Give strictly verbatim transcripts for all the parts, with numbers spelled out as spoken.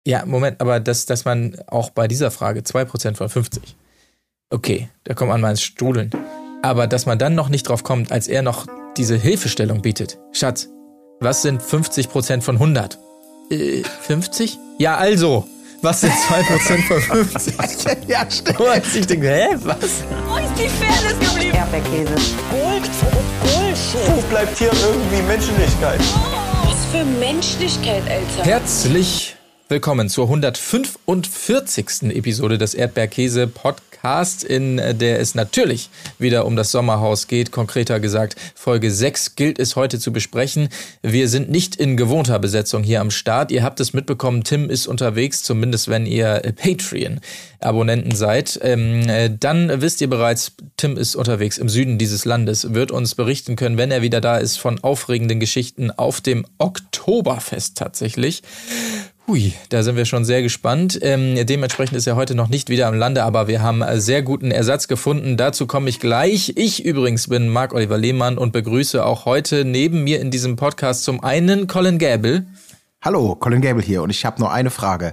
Ja, Moment, aber dass, dass man auch bei dieser Frage zwei Prozent von fünfzig, okay, da kommt man mal ins Studeln. Aber dass man dann noch nicht drauf kommt, als er noch diese Hilfestellung bietet. Schatz, was sind fünfzig Prozent von hundert? Äh, fünfzig? Ja, also, was sind zwei Prozent von fünfzig? Ja, stimmt. Und ich denke, hä, was? Wo ist die Fairness geblieben? Erdbeerkäse. Gold, Bullshit. Wo bleibt hier irgendwie Menschlichkeit? Was für Menschlichkeit, Alter. Herzlich willkommen zur hundertfünfundvierzigsten Episode des Erdbeerkäse-Podcasts, in der es natürlich wieder um das Sommerhaus geht. Konkreter gesagt, Folge sechs gilt es heute zu besprechen. Wir sind nicht in gewohnter Besetzung hier am Start. Ihr habt es mitbekommen, Tim ist unterwegs, zumindest wenn ihr Patreon-Abonnenten seid. Ähm, dann wisst ihr bereits, Tim ist unterwegs im Süden dieses Landes, wird uns berichten können, wenn er wieder da ist, von aufregenden Geschichten auf dem Oktoberfest tatsächlich. Hui, da sind wir schon sehr gespannt. Ähm, dementsprechend ist er heute noch nicht wieder am Lande, aber wir haben sehr guten Ersatz gefunden. Dazu komme ich gleich. Ich übrigens bin Marc-Oliver Lehmann und begrüße auch heute neben mir in diesem Podcast zum einen Colin Gäbel. Hallo, Colin Gäbel hier und ich habe nur eine Frage.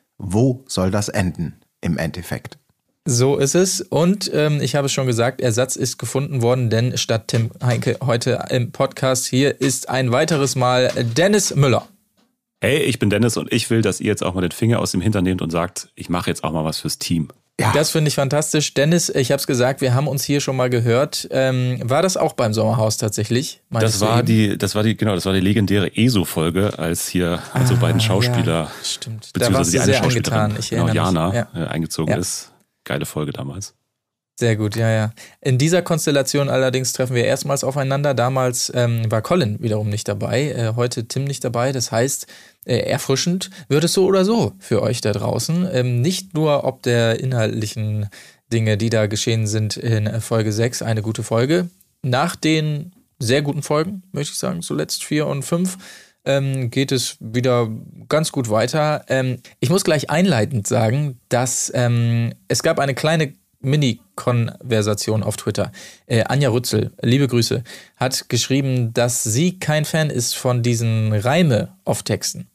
Wo soll das enden im Endeffekt? So ist es. Und ähm, ich habe es schon gesagt, Ersatz ist gefunden worden, denn statt Tim Heinke heute im Podcast hier ist ein weiteres Mal Dennis Müller. Hey, ich bin Dennis und ich will, dass ihr jetzt auch mal den Finger aus dem Hintern nehmt und sagt, ich mache jetzt auch mal was fürs Team. Ja. Das finde ich fantastisch. Dennis, ich habe es gesagt, wir haben uns hier schon mal gehört. Ähm, war das auch beim Sommerhaus tatsächlich? Das war eben? die, das war die, genau, das war die legendäre E S O-Folge, als hier ah, unsere beiden Schauspieler, ja, stimmt. beziehungsweise die eine Schauspielerin, ich genau, Jana, ja. äh, eingezogen ja. ist. Geile Folge damals. Sehr gut, ja, ja. In dieser Konstellation allerdings treffen wir erstmals aufeinander. Damals ähm, war Colin wiederum nicht dabei, äh, heute Tim nicht dabei. Das heißt, äh, erfrischend wird es so oder so für euch da draußen. Ähm, nicht nur ob der inhaltlichen Dinge, die da geschehen sind in Folge sechs, eine gute Folge. Nach den sehr guten Folgen, möchte ich sagen, zuletzt vier und fünf, ähm, geht es wieder ganz gut weiter. Ähm, ich muss gleich einleitend sagen, dass ähm, es gab eine kleine Mini-Konversation auf Twitter. Äh, Anja Rützel, liebe Grüße, hat geschrieben, dass sie kein Fan ist von diesen Reime-Off-Texten.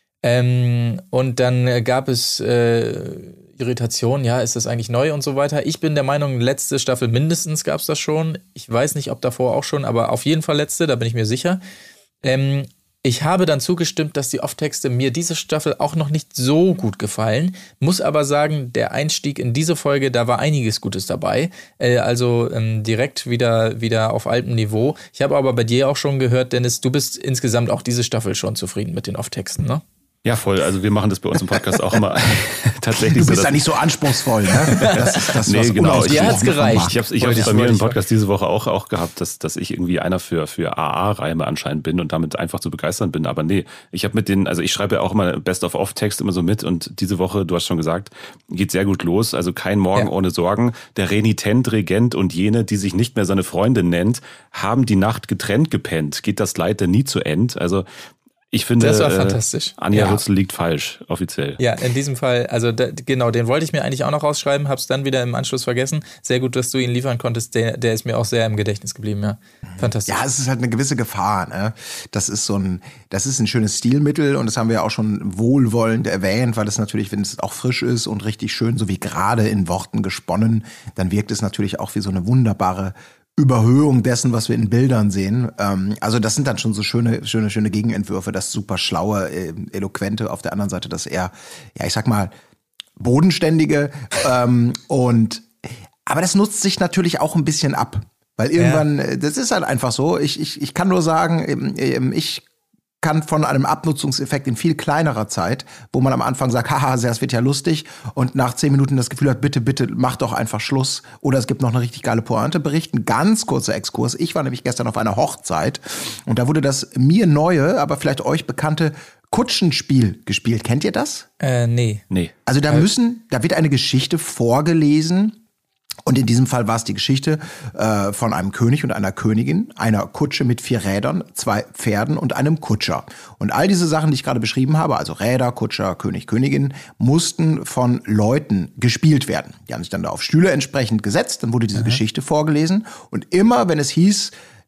Ähm, und dann gab es äh, Irritation, ja, ist das eigentlich neu und so weiter. Ich bin der Meinung, letzte Staffel mindestens gab es das schon. Ich weiß nicht, ob davor auch schon, aber auf jeden Fall letzte, da bin ich mir sicher. Ähm, Ich habe dann zugestimmt, dass die Off-Texte mir diese Staffel auch noch nicht so gut gefallen. Muss aber sagen, der Einstieg in diese Folge, da war einiges Gutes dabei. Äh, also ähm, direkt wieder, wieder auf altem Niveau. Ich habe aber bei dir auch schon gehört, Dennis, du bist insgesamt auch diese Staffel schon zufrieden mit den Off-Texten, ne? Ja, voll. Also wir machen das bei uns im Podcast auch immer tatsächlich so. Du bist ja nicht so anspruchsvoll, ne? Das ist das, nee, was genau. Dir hat's gereicht. Ich habe es ich hab's bei mir im Podcast diese Woche auch, auch gehabt, dass, dass ich irgendwie einer für, für A A-Reime anscheinend bin und damit einfach zu begeistern bin. Aber nee, ich habe mit den, also ich schreibe ja auch immer Best-of-Off-Text immer so mit und diese Woche, du hast schon gesagt, geht sehr gut los. Also kein Morgen ja. ohne Sorgen. Der Renitent, Regent und jene, die sich nicht mehr seine Freundin nennt, haben die Nacht getrennt gepennt. Geht das Leid denn nie zu End? Also ich finde, das war fantastisch. Äh, Anja ja. Rützel liegt falsch, offiziell. Ja, in diesem Fall, also da, genau, den wollte ich mir eigentlich auch noch rausschreiben, hab's dann wieder im Anschluss vergessen. Sehr gut, dass du ihn liefern konntest, der, der ist mir auch sehr im Gedächtnis geblieben, ja. Fantastisch. Ja, es ist halt eine gewisse Gefahr, ne? Das ist so ein, das ist ein schönes Stilmittel und das haben wir ja auch schon wohlwollend erwähnt, weil es natürlich, wenn es auch frisch ist und richtig schön, so wie gerade in Worten gesponnen, dann wirkt es natürlich auch wie so eine wunderbare Überhöhung dessen, was wir in Bildern sehen. Ähm, also das sind dann schon so schöne, schöne, schöne Gegenentwürfe, das super schlaue, äh, eloquente, auf der anderen Seite das eher, ja, ich sag mal, bodenständige. ähm, und aber das nutzt sich natürlich auch ein bisschen ab, weil irgendwann, ja. das ist halt einfach so. Ich, ich, ich kann nur sagen, ich kann von einem Abnutzungseffekt in viel kleinerer Zeit, wo man am Anfang sagt, haha, das wird ja lustig und nach zehn Minuten das Gefühl hat, bitte, bitte, mach doch einfach Schluss oder es gibt noch eine richtig geile Pointe, berichten. Ganz kurzer Exkurs. Ich war nämlich gestern auf einer Hochzeit und da wurde das mir neue, aber vielleicht euch bekannte Kutschenspiel gespielt. Kennt ihr das? Äh, nee. Nee. Also da müssen, da wird eine Geschichte vorgelesen. Und in diesem Fall war es die Geschichte äh, von einem König und einer Königin, einer Kutsche mit vier Rädern, zwei Pferden und einem Kutscher. Und all diese Sachen, die ich gerade beschrieben habe, also Räder, Kutscher, König, Königin, mussten von Leuten gespielt werden. Die haben sich dann da auf Stühle entsprechend gesetzt, dann wurde diese Aha. Geschichte vorgelesen. Und immer, wenn es hieß,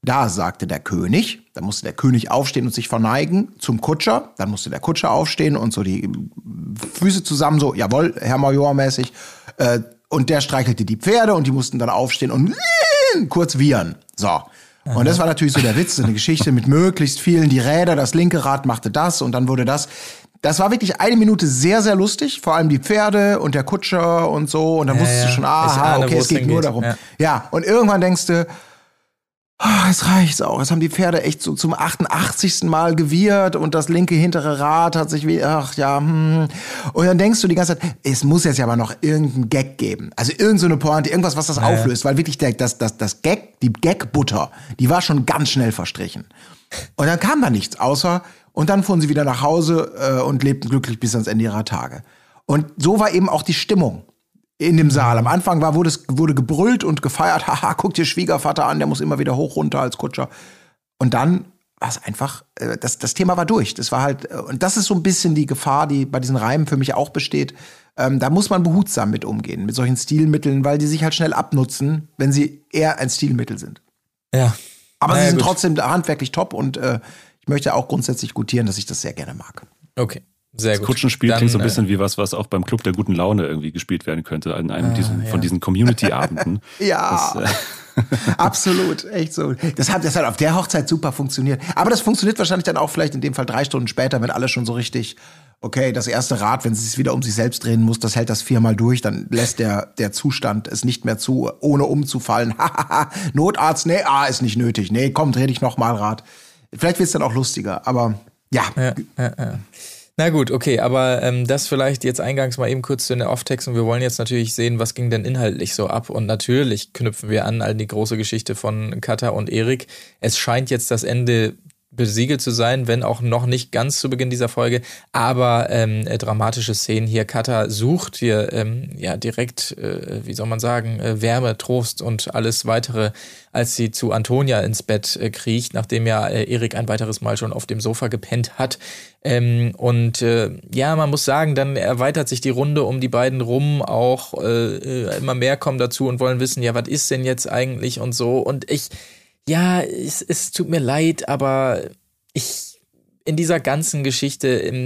Da sagte der König, da musste der König aufstehen und sich verneigen zum Kutscher. Dann musste der Kutscher aufstehen und so die Füße zusammen, so, jawohl, Herr Major mäßig. Äh, und der streichelte die Pferde und die mussten dann aufstehen und kurz wiehern. So. Und das war natürlich so der Witz, so eine Geschichte mit möglichst vielen, die Räder, das linke Rad machte das und dann wurde das. Das war wirklich eine Minute sehr, sehr lustig, vor allem die Pferde und der Kutscher und so. Und dann ja, wusstest ja. du schon, aha, ahne, okay, es geht nur geht. darum. Ja. ja, und irgendwann denkst du, oh, jetzt reicht's auch. Jetzt haben die Pferde echt so zum achtundachtzigsten Mal gewirrt und das linke hintere Rad hat sich wie, ach ja, hm. Und dann denkst du die ganze Zeit, es muss jetzt ja aber noch irgendeinen Gag geben. Also irgend so eine Pointe, irgendwas, was das ja. auflöst. Weil wirklich der, das, das, das Gag, die Gag-Butter, die war schon ganz schnell verstrichen. Und dann kam da nichts, außer, und dann fuhren sie wieder nach Hause äh, und lebten glücklich bis ans Ende ihrer Tage. Und so war eben auch die Stimmung in dem Saal. Am Anfang war, wurde, es, wurde gebrüllt und gefeiert, haha, guck dir Schwiegervater an, der muss immer wieder hoch, runter als Kutscher. Und dann war es einfach, äh, das, das Thema war durch. Das war halt, äh, und das ist so ein bisschen die Gefahr, die bei diesen Reimen für mich auch besteht. Ähm, da muss man behutsam mit umgehen, mit solchen Stilmitteln, weil die sich halt schnell abnutzen, wenn sie eher ein Stilmittel sind. Ja. Aber naja, sie sind gut. trotzdem handwerklich top und äh, ich möchte auch grundsätzlich gutieren, dass ich das sehr gerne mag. Okay, sehr das gut. Kutschenspiel Dann, klingt so ein äh, bisschen wie was, was auch beim Club der guten Laune irgendwie gespielt werden könnte, an einem ah, diesen, ja. von diesen Community-Abenden. Ja, das, äh absolut, echt so. Das hat, das hat auf der Hochzeit super funktioniert. Aber das funktioniert wahrscheinlich dann auch vielleicht in dem Fall drei Stunden später, wenn alle schon so richtig, okay, das erste Rad, wenn es sich wieder um sich selbst drehen muss, das hält das viermal durch, dann lässt der, der Zustand es nicht mehr zu, ohne umzufallen. Notarzt, nee, ah, ist nicht nötig. Nee, komm, dreh dich nochmal Rad. Vielleicht wird's dann auch lustiger, aber ja. ja, ja, ja. Na gut, okay, aber ähm, das vielleicht jetzt eingangs mal eben kurz zu den Off-Text und wir wollen jetzt natürlich sehen, was ging denn inhaltlich so ab und natürlich knüpfen wir an an die große Geschichte von Kata und Erik. Es scheint jetzt das Ende besiegelt zu sein, wenn auch noch nicht ganz zu Beginn dieser Folge, aber ähm, äh, dramatische Szenen hier. Kata sucht hier ähm, ja direkt, äh, wie soll man sagen, äh, Wärme, Trost und alles weitere, als sie zu Antonia ins Bett äh, kriecht, nachdem ja äh, Erik ein weiteres Mal schon auf dem Sofa gepennt hat. Ähm, und äh, ja, man muss sagen, dann erweitert sich die Runde um die beiden rum, auch äh, immer mehr kommen dazu und wollen wissen, ja, was ist denn jetzt eigentlich und so. Und ich Ja, es, es tut mir leid, aber ich in dieser ganzen Geschichte,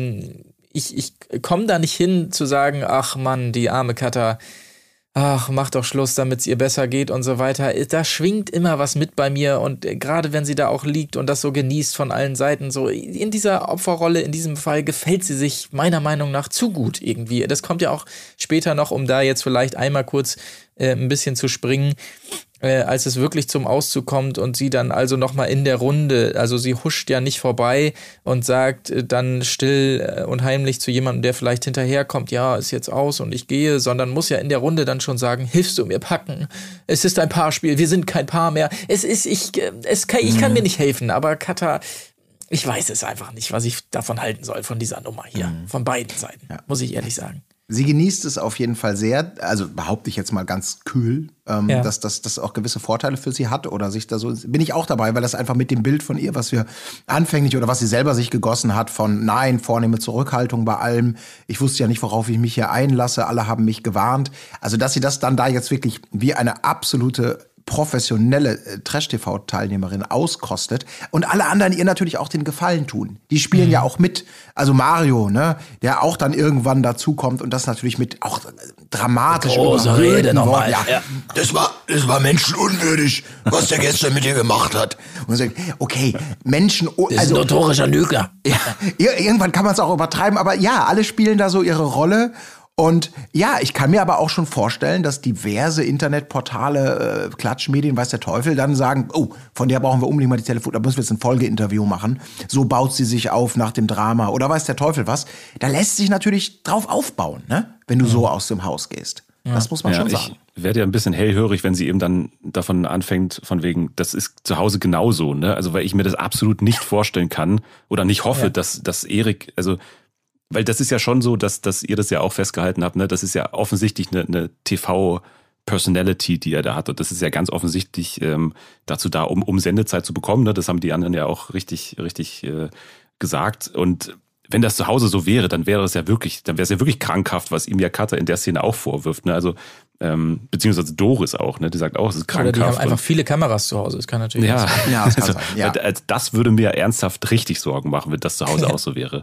ich, ich komme da nicht hin zu sagen, ach Mann, die arme Kata, ach, mach doch Schluss, damit es ihr besser geht und so weiter. Da schwingt immer was mit bei mir und gerade wenn sie da auch liegt und das so genießt von allen Seiten, so in dieser Opferrolle, in diesem Fall gefällt sie sich meiner Meinung nach zu gut irgendwie. Das kommt ja auch später noch, um da jetzt vielleicht einmal kurz äh, ein bisschen zu springen. Äh, als es wirklich zum Auszug kommt und sie dann also nochmal in der Runde, also sie huscht ja nicht vorbei und sagt äh, dann still äh, und heimlich zu jemandem, der vielleicht hinterherkommt, ja, ist jetzt aus und ich gehe, sondern muss ja in der Runde dann schon sagen, hilfst du mir packen? Es ist ein Paarspiel, wir sind kein Paar mehr. Es ist, ich, äh, es kann, ich kann mir nicht helfen, aber Kata, ich weiß es einfach nicht, was ich davon halten soll, von dieser Nummer hier, mhm. von beiden Seiten, ja. Muss ich ehrlich sagen. Sie genießt es auf jeden Fall sehr, also behaupte ich jetzt mal ganz kühl, ähm, ja. dass das dass auch gewisse Vorteile für sie hat oder sich da so, bin ich auch dabei, weil das einfach mit dem Bild von ihr, was wir anfänglich oder was sie selber sich gegossen hat, von nein, vornehme Zurückhaltung bei allem, ich wusste ja nicht, worauf ich mich hier einlasse, alle haben mich gewarnt, also dass sie das dann da jetzt wirklich wie eine absolute professionelle äh, Trash-T V-Teilnehmerin auskostet und alle anderen ihr natürlich auch den Gefallen tun. Die spielen mhm. ja auch mit, also Mario, ne, der auch dann irgendwann dazukommt und das natürlich mit auch äh, dramatisch große Rede nochmal. Ja, ja. Das war, das war menschenunwürdig, was der gestern mit dir gemacht hat. Und sagt, okay, Menschen, also das ist ein notorischer Lügner. Ja, irgendwann kann man es auch übertreiben, aber ja, alle spielen da so ihre Rolle. Und ja, ich kann mir aber auch schon vorstellen, dass diverse Internetportale, äh, Klatschmedien, weiß der Teufel, dann sagen, oh, von der brauchen wir unbedingt mal die Telefon, da müssen wir jetzt ein Folgeinterview machen. So baut sie sich auf nach dem Drama oder weiß der Teufel was. Da lässt sich natürlich drauf aufbauen, ne? Wenn du mhm. so aus dem Haus gehst. Ja. Das muss man ja, schon sagen. Ich werde ja ein bisschen hellhörig, wenn sie eben dann davon anfängt, von wegen, das ist zu Hause genauso, ne? Also weil ich mir das absolut nicht vorstellen kann oder nicht hoffe, ja. dass, dass Erik, also weil das ist ja schon so, dass, dass ihr das ja auch festgehalten habt, ne? Das ist ja offensichtlich eine, eine T V-Personality, die er da hat. Und das ist ja ganz offensichtlich ähm, dazu da, um, um Sendezeit zu bekommen. Ne? Das haben die anderen ja auch richtig, richtig äh, gesagt. Und wenn das zu Hause so wäre, dann wäre es ja wirklich, dann wäre es ja wirklich krankhaft, was ihm ja Cutter in der Szene auch vorwirft. Ne? Also, ähm, beziehungsweise Doris auch, ne? Die sagt auch, es ist krankhaft. Oder die haben einfach viele Kameras zu Hause, das kann natürlich ja, sein. Ja, das kann also, sein. Ja. Das würde mir ernsthaft richtig Sorgen machen, wenn das zu Hause auch so wäre.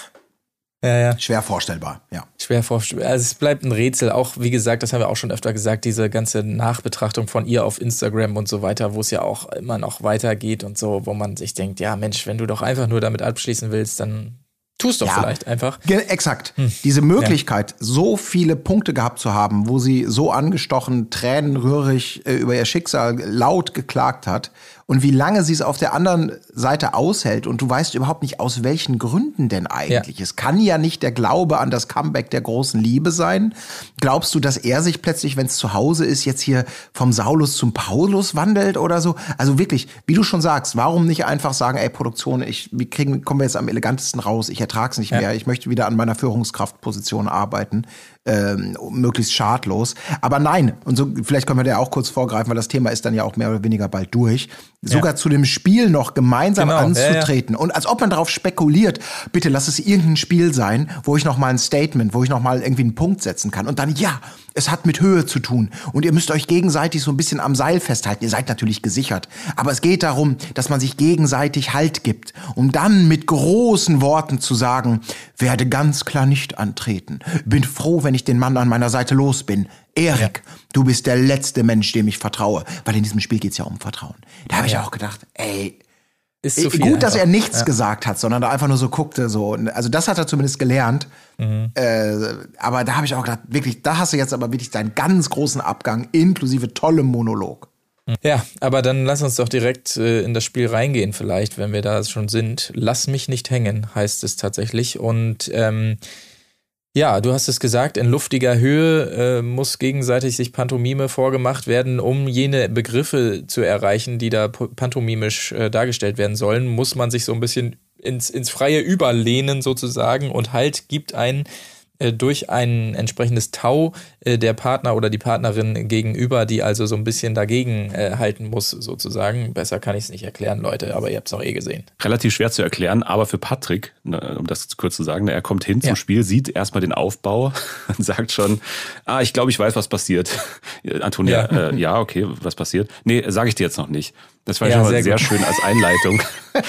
Ja, ja. Schwer vorstellbar, ja. Schwer vorstellbar. Also es bleibt ein Rätsel. Auch, wie gesagt, das haben wir auch schon öfter gesagt, diese ganze Nachbetrachtung von ihr auf Instagram und so weiter, wo es ja auch immer noch weitergeht und so, wo man sich denkt, ja Mensch, wenn du doch einfach nur damit abschließen willst, dann tust doch Ja, vielleicht einfach. Ge- Exakt. Hm. Diese Möglichkeit, ja. so viele Punkte gehabt zu haben, wo sie so angestochen, tränenrührig äh, über ihr Schicksal laut geklagt hat und wie lange sie es auf der anderen Seite aushält und du weißt überhaupt nicht, aus welchen Gründen denn eigentlich. Ja. Es kann ja nicht der Glaube an das Comeback der großen Liebe sein. Glaubst du, dass er sich plötzlich, wenn es zu Hause ist, jetzt hier vom Saulus zum Paulus wandelt oder so? Also wirklich, wie du schon sagst, warum nicht einfach sagen, ey Produktion, ich, wir kriegen, kommen wir jetzt am elegantesten raus, ich ertrag's nicht ja. mehr, ich möchte wieder an meiner Führungskraftposition arbeiten. Ähm, möglichst schadlos. Aber nein, und so vielleicht können wir da auch kurz vorgreifen, weil das Thema ist dann ja auch mehr oder weniger bald durch. Sogar ja. zu dem Spiel noch gemeinsam genau. anzutreten. Ja, ja. Und als ob man darauf spekuliert, bitte lass es irgendein Spiel sein, wo ich noch mal ein Statement, wo ich noch mal irgendwie einen Punkt setzen kann. Und dann, ja, es hat mit Höhe zu tun. Und ihr müsst euch gegenseitig so ein bisschen am Seil festhalten. Ihr seid natürlich gesichert. Aber es geht darum, dass man sich gegenseitig Halt gibt. Um dann mit großen Worten zu sagen, werde ganz klar nicht antreten. Bin froh, wenn ich den Mann an meiner Seite los bin. Erik, ja. du bist der letzte Mensch, dem ich vertraue. Weil in diesem Spiel geht's ja um Vertrauen. Da habe ich ja. auch gedacht, ey, ist so viel gut, einfach. dass er nichts ja. gesagt hat, sondern da einfach nur so guckte. So. Also das hat er zumindest gelernt. Mhm. Äh, aber da habe ich auch gedacht, wirklich, da hast du jetzt aber wirklich deinen ganz großen Abgang inklusive tollem Monolog. Ja, aber dann lass uns doch direkt äh, in das Spiel reingehen vielleicht, wenn wir da schon sind. Lass mich nicht hängen, heißt es tatsächlich. Und ähm, ja, du hast es gesagt, in luftiger Höhe äh, muss gegenseitig sich Pantomime vorgemacht werden, um jene Begriffe zu erreichen, die da pantomimisch äh, dargestellt werden sollen, muss man sich so ein bisschen ins, ins Freie überlehnen sozusagen und Halt gibt einen äh, durch ein entsprechendes Tau äh, der Partner oder die Partnerin gegenüber, die also so ein bisschen dagegen äh, halten muss sozusagen. Besser kann ich es nicht erklären, Leute, aber ihr habt es auch eh gesehen. Relativ schwer zu erklären, aber für Patrick, ne, um das kurz zu sagen, er kommt hin zum ja. Spiel, sieht erstmal den Aufbau und sagt schon, ah, ich glaube, ich weiß, was passiert. Antonia, ja, äh, ja okay, was passiert? Nee, sage ich dir jetzt noch nicht. Das war ja, schon mal sehr, sehr schön als Einleitung.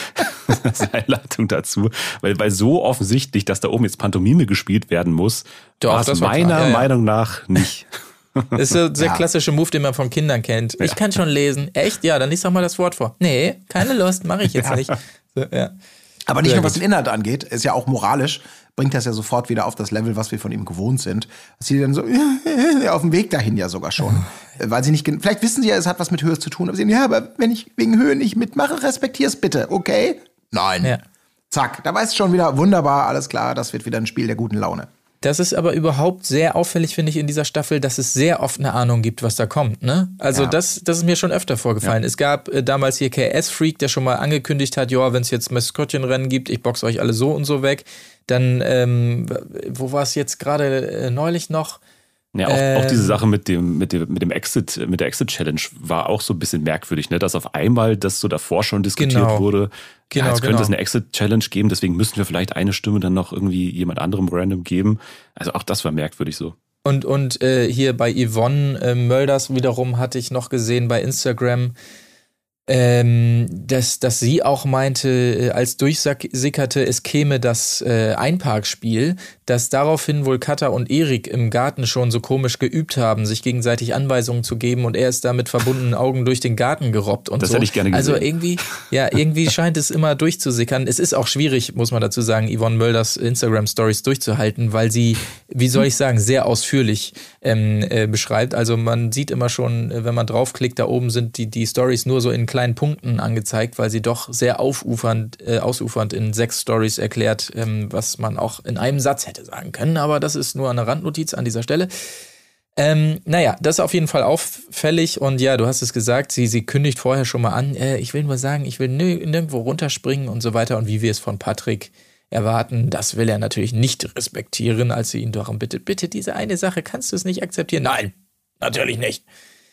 als Einleitung dazu. Weil, weil so offensichtlich, dass da oben jetzt Pantomime gespielt werden muss, war es meiner ja, ja. Meinung nach nicht. Das ist so der ja. klassische Move, den man von Kindern kennt. Ich ja. kann schon lesen. Echt? Ja, dann lies doch mal das Wort vor. Nee, keine Lust, mache ich jetzt ja. nicht. So, ja. Aber nicht Sehr nur, was gut. den Inhalt angeht, ist ja auch moralisch, bringt das ja sofort wieder auf das Level, was wir von ihm gewohnt sind. Dass sie dann so auf dem Weg dahin ja sogar schon. Weil sie nicht, vielleicht wissen sie ja, es hat was mit Höhe zu tun, aber sie sagen, ja, aber wenn ich wegen Höhe nicht mitmache, respektier's bitte, okay? Nein. Ja. Zack, da weißt du schon wieder, wunderbar, alles klar, das wird wieder ein Spiel der guten Laune. Das ist aber überhaupt sehr auffällig, finde ich, in dieser Staffel, dass es sehr oft eine Ahnung gibt, was da kommt. Ne? Also ja. das, das ist mir schon öfter vorgefallen. Ja. Es gab äh, damals hier K S-Freak, der schon mal angekündigt hat, ja, wenn es jetzt Maskottchenrennen gibt, ich boxe euch alle so und so weg. Dann, ähm, wo war es jetzt gerade äh, neulich noch? Ja, auch, ähm, auch diese Sache mit dem, mit dem, mit dem Exit, mit der Exit-Challenge war auch so ein bisschen merkwürdig, ne? Dass auf einmal das so davor schon diskutiert genau. wurde. Genau, ja, jetzt könnte genau. es eine Exit-Challenge geben, deswegen müssen wir vielleicht eine Stimme dann noch irgendwie jemand anderem random geben. Also auch das war merkwürdig so. Und, und äh, hier bei Yvonne äh, Mölders wiederum hatte ich noch gesehen bei Instagram, ähm, dass, dass sie auch meinte, äh, als durchsickerte, es käme das äh, Einparkspiel, dass daraufhin wohl Katha und Erik im Garten schon so komisch geübt haben, sich gegenseitig Anweisungen zu geben und er ist da mit verbundenen Augen durch den Garten gerobbt und das so. Das hätte ich gerne gesehen. Also irgendwie, ja, irgendwie scheint es immer durchzusickern. Es ist auch schwierig, muss man dazu sagen, Yvonne Mölders Instagram-Stories durchzuhalten, weil sie, wie soll ich sagen, sehr ausführlich ähm, äh, beschreibt. Also man sieht immer schon, wenn man draufklickt, da oben sind die, die Stories nur so in kleinen Punkten angezeigt, weil sie doch sehr aufufernd, äh, ausufernd in sechs Stories erklärt, ähm, was man auch in einem Satz hätte sagen können, aber das ist nur eine Randnotiz an dieser Stelle. Ähm, naja, das ist auf jeden Fall auffällig und ja, du hast es gesagt, sie, sie kündigt vorher schon mal an, äh, ich will nur sagen, ich will nirg- nirgendwo runterspringen und so weiter und wie wir es von Patrick erwarten, das will er natürlich nicht respektieren, als sie ihn darum bittet, bitte diese eine Sache, kannst du es nicht akzeptieren? Nein, natürlich nicht.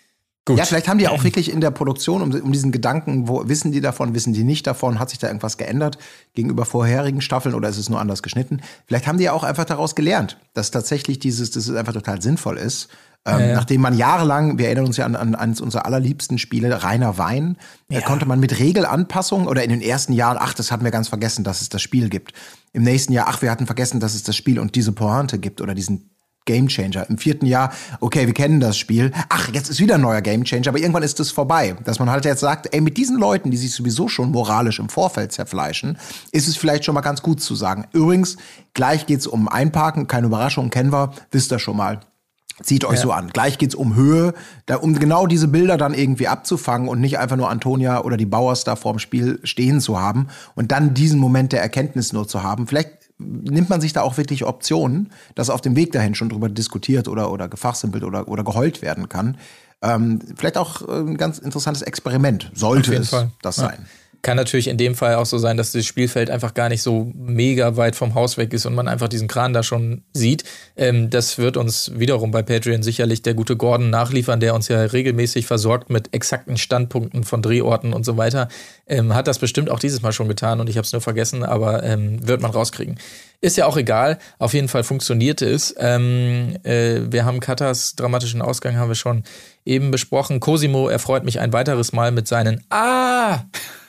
Gut. Ja, vielleicht haben die auch wirklich in der Produktion um, um diesen Gedanken, wo wissen die davon, wissen die nicht davon, hat sich da irgendwas geändert gegenüber vorherigen Staffeln oder ist es nur anders geschnitten? Vielleicht haben die ja auch einfach daraus gelernt, dass tatsächlich dieses, dass es einfach total sinnvoll ist. Ähm, ja, ja. Nachdem man jahrelang, wir erinnern uns ja an, an eines unserer allerliebsten Spiele, Reiner Wein, ja. da konnte man mit Regelanpassungen oder in den ersten Jahren, ach, das hatten wir ganz vergessen, dass es das Spiel gibt. Im nächsten Jahr, ach, wir hatten vergessen, dass es das Spiel und diese Pointe gibt oder diesen Gamechanger. Im vierten Jahr, okay, wir kennen das Spiel. Ach, jetzt ist wieder ein neuer Gamechanger, aber irgendwann ist es vorbei. Dass man halt jetzt sagt, ey, mit diesen Leuten, die sich sowieso schon moralisch im Vorfeld zerfleischen, ist es vielleicht schon mal ganz gut zu sagen. Übrigens, gleich geht's um Einparken, keine Überraschung, kennen wir, wisst ihr schon mal. Zieht euch ja. so an. Gleich geht's um Höhe, da, um genau diese Bilder dann irgendwie abzufangen und nicht einfach nur Antonia oder die Bauers da vorm Spiel stehen zu haben und dann diesen Moment der Erkenntnis nur zu haben. Vielleicht nimmt man sich da auch wirklich Optionen, dass auf dem Weg dahin schon drüber diskutiert oder, oder gefachsimpelt oder, oder geheult werden kann. Ähm, vielleicht auch ein ganz interessantes Experiment, sollte es Fall. das ja. sein. Kann natürlich in dem Fall auch so sein, dass das Spielfeld einfach gar nicht so mega weit vom Haus weg ist und man einfach diesen Kran da schon sieht. Ähm, das wird uns wiederum bei Patreon sicherlich der gute Gordon nachliefern, der uns ja regelmäßig versorgt mit exakten Standpunkten von Drehorten und so weiter. Ähm, hat das bestimmt auch dieses Mal schon getan und ich habe es nur vergessen, aber ähm, wird man rauskriegen. Ist ja auch egal, auf jeden Fall funktionierte es. Ähm, äh, wir haben Katas dramatischen Ausgang, haben wir schon eben besprochen. Cosimo erfreut mich ein weiteres Mal mit seinen Ah!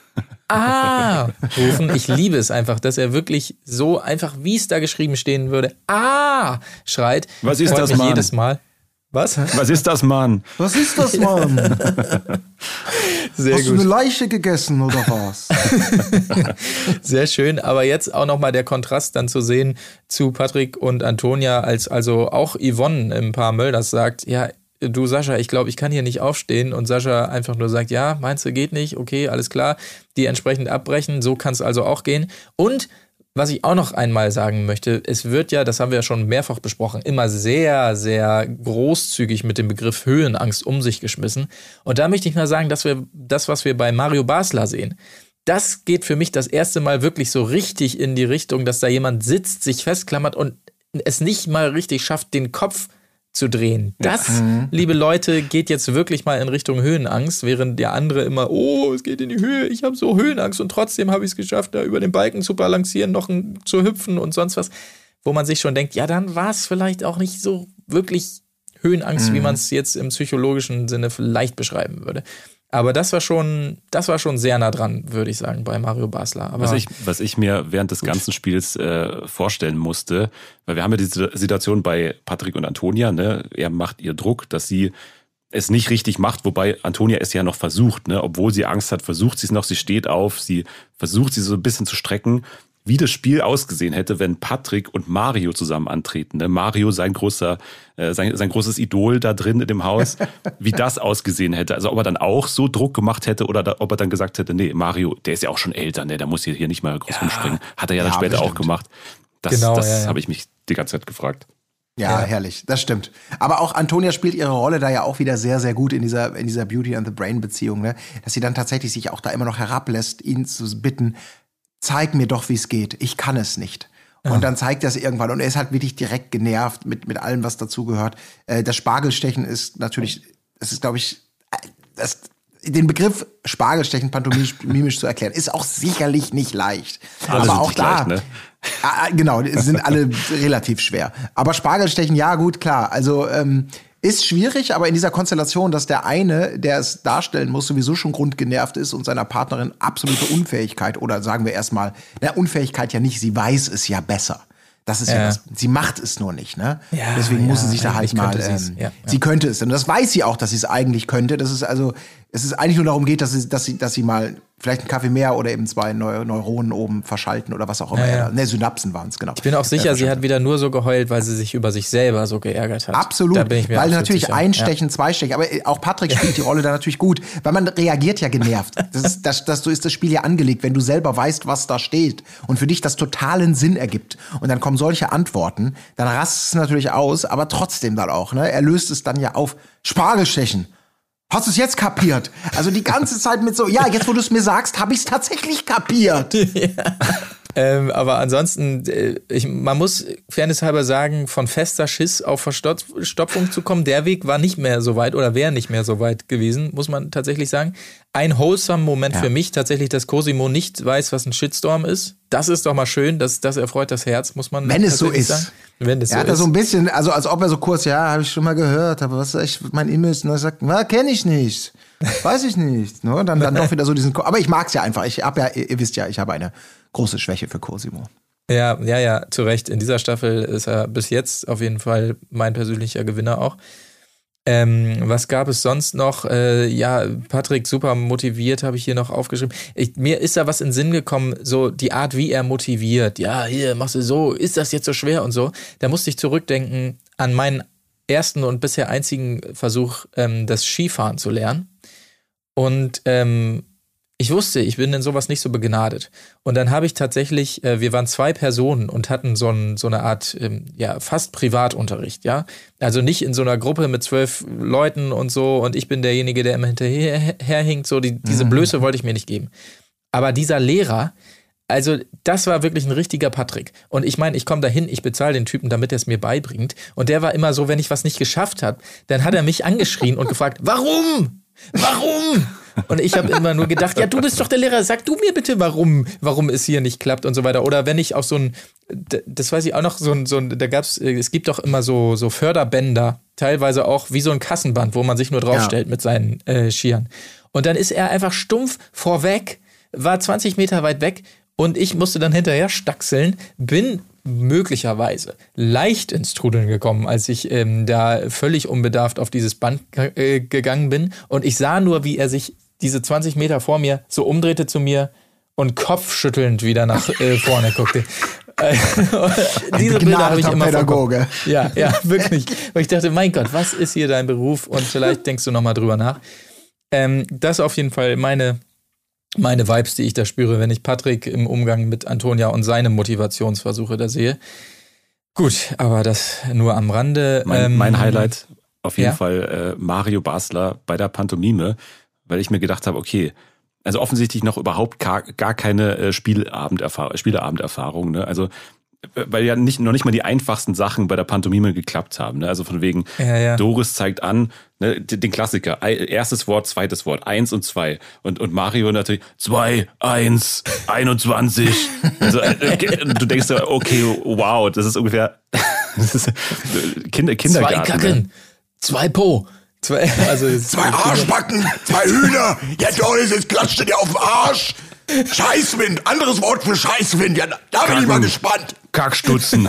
Ah! rufen. Ich liebe es einfach, dass er wirklich so einfach, wie es da geschrieben stehen würde, Ah! schreit. Was ist Freut das, mich Mann? jedes Mal. Was? Was ist das, Mann? Was ist das, Mann? Sehr Hast gut. du eine Leiche gegessen oder was? Sehr schön, aber jetzt auch nochmal der Kontrast dann zu sehen zu Patrick und Antonia, als also auch Yvonne im Paar Mölders sagt, ja, du Sascha, ich glaube, ich kann hier nicht aufstehen und Sascha einfach nur sagt, ja, meinst du, geht nicht, okay, alles klar, die entsprechend abbrechen, so kann es also auch gehen. Und was ich auch noch einmal sagen möchte, es wird ja, das haben wir ja schon mehrfach besprochen, immer sehr, sehr großzügig mit dem Begriff Höhenangst um sich geschmissen. Und da möchte ich mal sagen, dass wir das, was wir bei Mario Basler sehen, das geht für mich das erste Mal wirklich so richtig in die Richtung, dass da jemand sitzt, sich festklammert und es nicht mal richtig schafft, den Kopf zu drehen. Das, mhm. liebe Leute, geht jetzt wirklich mal in Richtung Höhenangst, während der andere immer, oh, es geht in die Höhe, ich habe so Höhenangst und trotzdem habe ich es geschafft, da über den Balken zu balancieren, noch ein, zu hüpfen und sonst was, wo man sich schon denkt, ja, dann war es vielleicht auch nicht so wirklich Höhenangst, mhm. wie man es jetzt im psychologischen Sinne vielleicht beschreiben würde. Aber das war schon, das war schon sehr nah dran, würde ich sagen, bei Mario Basler. Aber was, ich, was ich mir während des gut. ganzen Spiels äh, vorstellen musste, weil wir haben ja diese Situation bei Patrick und Antonia, ne? Er macht ihr Druck, dass sie es nicht richtig macht, wobei Antonia es ja noch versucht, ne? Obwohl sie Angst hat, versucht sie es noch, sie steht auf, sie versucht sie so ein bisschen zu strecken. Wie das Spiel ausgesehen hätte, wenn Patrick und Mario zusammen antreten. Ne? Mario, sein großer, äh, sein, sein großes Idol da drin in dem Haus, wie das ausgesehen hätte. Also ob er dann auch so Druck gemacht hätte oder da, ob er dann gesagt hätte, nee, Mario, der ist ja auch schon älter, ne? Der muss hier, hier nicht mal groß ja. rumspringen. Hat er ja, ja dann später bestimmt. auch gemacht. Das, genau, das ja, ja. habe ich mich die ganze Zeit gefragt. Ja, ja, herrlich, das stimmt. Aber auch Antonia spielt ihre Rolle da ja auch wieder sehr, sehr gut in dieser, in dieser Beauty and the Brain Beziehung, ne? Dass sie dann tatsächlich sich auch da immer noch herablässt, ihn zu bitten, zeig mir doch, wie es geht. Ich kann es nicht. Und ja. dann zeigt er es irgendwann. Und er ist halt wirklich direkt genervt mit, mit allem, was dazugehört. Äh, das Spargelstechen ist natürlich, das ist, glaube ich, das, den Begriff Spargelstechen pantomimisch zu erklären, ist auch sicherlich nicht leicht. Alle aber auch da, leicht, ne? äh, genau, sind alle relativ schwer. Aber Spargelstechen, ja gut, klar. Also, ähm, ist schwierig, aber in dieser Konstellation, dass der eine, der es darstellen muss, sowieso schon grundgenervt ist und seiner Partnerin absolute Unfähigkeit oder sagen wir erstmal, na, Unfähigkeit ja nicht, sie weiß es ja besser. Das ist ja, ja das, sie macht es nur nicht, ne? Ja, Deswegen ja, muss sie sich da halt mal, ähm, ja, ja. sie könnte es, und das weiß sie auch, dass sie es eigentlich könnte. Das ist also, es ist eigentlich nur darum geht, dass sie, dass sie, dass sie mal vielleicht einen Kaffee mehr oder eben zwei Neu- Neuronen oben verschalten oder was auch immer. Ja, ja. Ne, Synapsen waren es, genau. Ich bin auch sicher, äh, sie hat wieder nur so geheult, weil sie sich über sich selber so geärgert hat. Absolut, da bin ich mir weil absolut natürlich sicher. einstechen, ja. zweistechen, aber auch Patrick spielt die Rolle da natürlich gut, weil man reagiert ja genervt. Das ist, das, das, so ist das Spiel ja angelegt, wenn du selber weißt, was da steht und für dich das totalen Sinn ergibt und dann kommen solche Antworten, dann rastet es natürlich aus, aber trotzdem dann auch, ne? Er löst es dann ja auf. Spargelstechen. Hast du es jetzt kapiert? Also die ganze Zeit mit so, ja, jetzt wo du es mir sagst, habe ich es tatsächlich kapiert. Ja. Ähm, aber ansonsten, äh, ich, man muss fairnesshalber sagen, von fester Schiss auf Verstopfung zu kommen, der Weg war nicht mehr so weit oder wäre nicht mehr so weit gewesen, muss man tatsächlich sagen. Ein wholesome Moment ja. für mich tatsächlich, dass Cosimo nicht weiß, was ein Shitstorm ist. Das ist doch mal schön, das, das erfreut das Herz, muss man Wenn es so ist. sagen. Wenn es er so hat da ist. so ein bisschen, also als ob er so kurz, ja, habe ich schon mal gehört, aber was ist echt mein Image? Und er sagt, na, kenne ich nicht. Weiß ich nicht. Ne? Dann, dann doch wieder so diesen, aber ich mag's ja einfach. Ich habe ja, ihr wisst ja, ich habe eine große Schwäche für Cosimo. Ja, ja, ja, zu Recht. In dieser Staffel ist er bis jetzt auf jeden Fall mein persönlicher Gewinner auch. Ähm, was gab es sonst noch? Äh, ja, Patrick super motiviert, habe ich hier noch aufgeschrieben. Ich, mir ist da was in den Sinn gekommen, so die Art, wie er motiviert. Ja, hier, machst du so, ist das jetzt so schwer und so. Da musste ich zurückdenken an meinen ersten und bisher einzigen Versuch, ähm, das Skifahren zu lernen. Und ähm, ich wusste, ich bin in sowas nicht so begnadet. Und dann habe ich tatsächlich, äh, wir waren zwei Personen und hatten so, ein, so eine Art, ähm, ja, fast Privatunterricht, ja. Also nicht in so einer Gruppe mit zwölf Leuten und so und ich bin derjenige, der immer hinterherhinkt, so die, diese Blöße wollte ich mir nicht geben. Aber dieser Lehrer, also das war wirklich ein richtiger Patrick. Und ich meine, ich komme dahin, ich bezahle den Typen, damit er es mir beibringt. Und der war immer so, wenn ich was nicht geschafft habe, dann hat er mich angeschrien und gefragt, warum? Warum? Und ich habe immer nur gedacht, ja, du bist doch der Lehrer, sag du mir bitte, warum, warum es hier nicht klappt und so weiter. Oder wenn ich auf so ein, das weiß ich auch noch, so ein, so ein da gab's, es gibt doch immer so, so Förderbänder, teilweise auch wie so ein Kassenband, wo man sich nur draufstellt ja. mit seinen äh, Skiern. Und dann ist er einfach stumpf vorweg, war zwanzig Meter weit weg und ich musste dann hinterher stackseln, bin möglicherweise leicht ins Trudeln gekommen, als ich ähm, da völlig unbedarft auf dieses Band äh, gegangen bin. Und ich sah nur, wie er sich diese zwanzig Meter vor mir so umdrehte zu mir und kopfschüttelnd wieder nach äh, vorne guckte. Äh, diese Bilder habe ich immer Pädagoge. Ja, ja, wirklich. Und ich dachte, mein Gott, was ist hier dein Beruf? Und vielleicht denkst du nochmal drüber nach. Ähm, das ist auf jeden Fall meine Meine Vibes, die ich da spüre, wenn ich Patrick im Umgang mit Antonia und seine Motivationsversuche da sehe. Gut, aber das nur am Rande. Mein, ähm, mein Highlight auf jeden ja? Fall äh, Mario Basler bei der Pantomime, weil ich mir gedacht habe, okay, also offensichtlich noch überhaupt gar, gar keine äh, Spieleabenderfahrung, Spieleabenderfahrung, ne? Also weil ja nicht, noch nicht mal die einfachsten Sachen bei der Pantomime geklappt haben. Ne? Also von wegen, ja, ja. Doris zeigt an, ne, den Klassiker, erstes Wort, zweites Wort, eins und zwei. Und, und Mario natürlich, zwei, eins, einundzwanzig. Also, äh, du denkst ja, okay, wow, das ist ungefähr das ist Kinder, Kindergarten. Zwei Kacken, ne? Zwei Po. Zwei, also zwei Arschbacken, zwei Hühner. Ja, Doris, jetzt klatscht dir auf den Arsch. Scheißwind, anderes Wort für Scheißwind. Ja, da bin ich mal gespannt. Kackstutzen.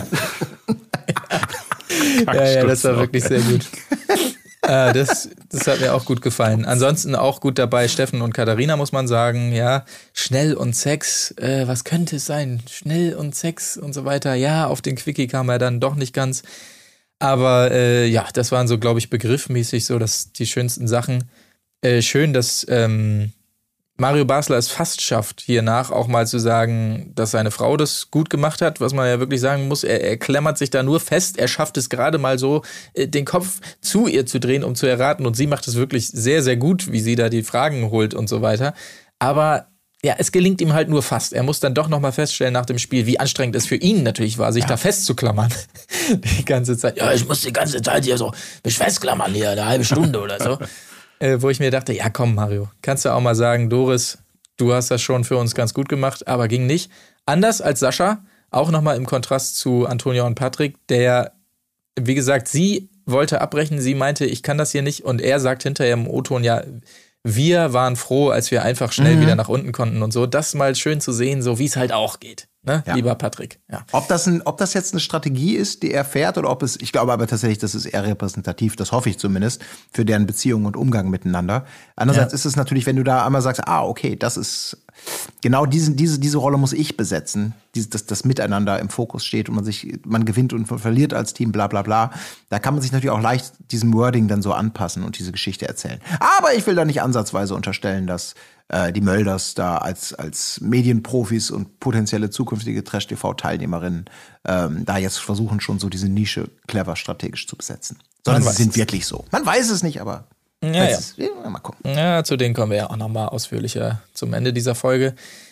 ja, ja, das war wirklich sehr gut. äh, das, das hat mir auch gut gefallen. Ansonsten auch gut dabei Steffen und Katharina, muss man sagen. Ja, schnell und Sex, äh, was könnte es sein? Schnell und Sex und so weiter. Ja, auf den Quickie kam er dann doch nicht ganz. Aber äh, ja, das waren so, glaube ich, begriffmäßig so dass die schönsten Sachen. Äh, schön, dass ähm, Mario Basler es fast schafft, hiernach auch mal zu sagen, dass seine Frau das gut gemacht hat, was man ja wirklich sagen muss. Er, er klammert sich da nur fest. Er schafft es gerade mal so, den Kopf zu ihr zu drehen, um zu erraten. Und sie macht es wirklich sehr, sehr gut, wie sie da die Fragen holt und so weiter. Aber ja, es gelingt ihm halt nur fast. Er muss dann doch nochmal feststellen nach dem Spiel, wie anstrengend es für ihn natürlich war, sich ja. da festzuklammern. Die ganze Zeit. Ja, ich muss die ganze Zeit hier so mich festklammern hier, eine halbe Stunde oder so. Äh, wo ich mir dachte, ja komm Mario, kannst du auch mal sagen, Doris, du hast das schon für uns ganz gut gemacht, aber ging nicht. Anders als Sascha, auch nochmal im Kontrast zu Antonia und Patrick, der, wie gesagt, sie wollte abbrechen, sie meinte, ich kann das hier nicht und er sagt hinterher im O-Ton, ja, wir waren froh, als wir einfach schnell mhm. wieder nach unten konnten und so. Das mal schön zu sehen, so wie es halt auch geht. Ne, ja. Lieber Patrick. Ja. Ob das ein, ob das jetzt eine Strategie ist, die er fährt, oder ob es, ich glaube aber tatsächlich, das ist eher repräsentativ, das hoffe ich zumindest, für deren Beziehung und Umgang miteinander. Andererseits ja. ist es natürlich, wenn du da einmal sagst, ah, okay, das ist, genau diese, diese, diese Rolle muss ich besetzen, diese, dass das Miteinander im Fokus steht und man sich, man gewinnt und verliert als Team, bla, bla, bla. Da kann man sich natürlich auch leicht diesem Wording dann so anpassen und diese Geschichte erzählen. Aber ich will da nicht ansatzweise unterstellen, dass die Mölders da als, als Medienprofis und potenzielle zukünftige Trash-T V-Teilnehmerinnen ähm, da jetzt versuchen schon so diese Nische clever strategisch zu besetzen. Sondern sie sind wirklich so. Man weiß es nicht, aber ja, ja. Es, ja, mal gucken. Ja, zu denen kommen wir ja auch nochmal ausführlicher zum Ende dieser Folge.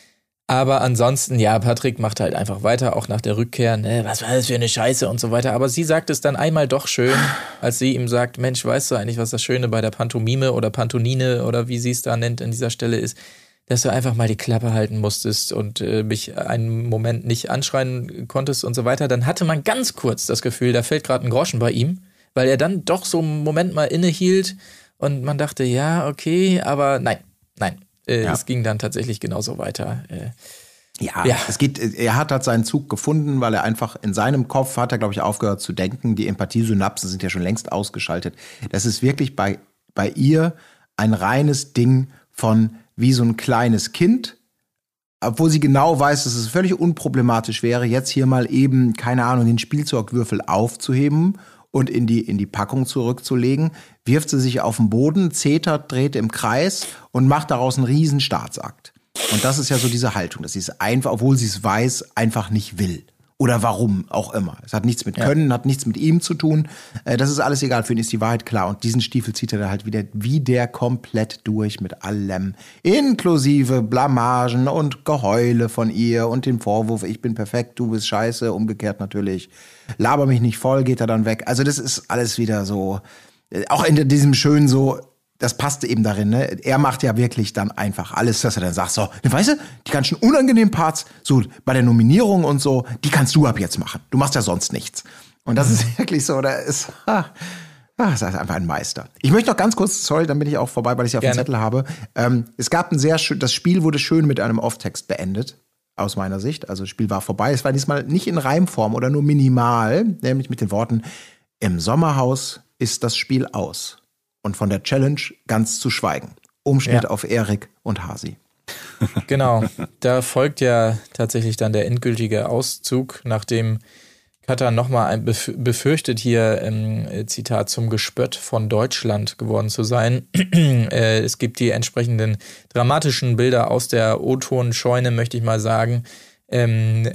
Aber ansonsten, ja, Patrick macht halt einfach weiter, auch nach der Rückkehr, ne, was war das für eine Scheiße und so weiter. Aber sie sagt es dann einmal doch schön, als sie ihm sagt, Mensch, weißt du eigentlich, was das Schöne bei der Pantomime oder Pantonine oder wie sie es da nennt an dieser Stelle ist, dass du einfach mal die Klappe halten musstest und äh, mich einen Moment nicht anschreien konntest und so weiter. Dann hatte man ganz kurz das Gefühl, da fällt gerade ein Groschen bei ihm, weil er dann doch so einen Moment mal innehielt und man dachte, ja, okay, aber nein, nein. Äh, ja. Es ging dann tatsächlich genauso weiter. Äh, Ja, Ja. es geht, er hat halt seinen Zug gefunden, weil er einfach in seinem Kopf hat er, glaube ich, aufgehört zu denken. Die Empathiesynapsen sind ja schon längst ausgeschaltet. Das ist wirklich bei, bei ihr ein reines Ding von wie so ein kleines Kind, obwohl sie genau weiß, dass es völlig unproblematisch wäre, jetzt hier mal eben, keine Ahnung, den Spielzeugwürfel aufzuheben und in die, in die Packung zurückzulegen, wirft sie sich auf den Boden, zetert, dreht im Kreis und macht daraus einen riesen Staatsakt. Und das ist ja so diese Haltung, dass sie es einfach, obwohl sie es weiß, einfach nicht will. Oder warum auch immer. Es hat nichts mit Können, ja. hat nichts mit ihm zu tun. Das ist alles egal, für ihn ist die Wahrheit klar. Und diesen Stiefel zieht er da halt wieder wie der komplett durch mit allem. Inklusive Blamagen und Geheule von ihr und den Vorwurf, ich bin perfekt, du bist scheiße. Umgekehrt natürlich, laber mich nicht voll, geht er dann weg. Also das ist alles wieder so, auch in diesem schönen so, das passte eben darin, ne? Er macht ja wirklich dann einfach alles, dass er dann sagt, so, weißt du, die ganzen unangenehmen Parts, so bei der Nominierung und so, die kannst du ab jetzt machen. Du machst ja sonst nichts. Und das ist wirklich so, da ist, ah, ah, das ist einfach ein Meister. Ich möchte noch ganz kurz, sorry, dann bin ich auch vorbei, weil ich ja auf dem Zettel habe. Ähm, es gab ein sehr schön, das Spiel wurde schön mit einem Off-Text beendet, aus meiner Sicht. Also das Spiel war vorbei. Es war diesmal nicht in Reimform oder nur minimal, nämlich mit den Worten, im Sommerhaus ist das Spiel aus. Und von der Challenge ganz zu schweigen. Umschnitt ja. auf Erik und Hasi. Genau, da folgt ja tatsächlich dann der endgültige Auszug, nachdem Katar nochmal befürchtet, hier, ähm, Zitat, zum Gespött von Deutschland geworden zu sein. äh, es gibt die entsprechenden dramatischen Bilder aus der O-Ton-Scheune, möchte ich mal sagen. Ähm,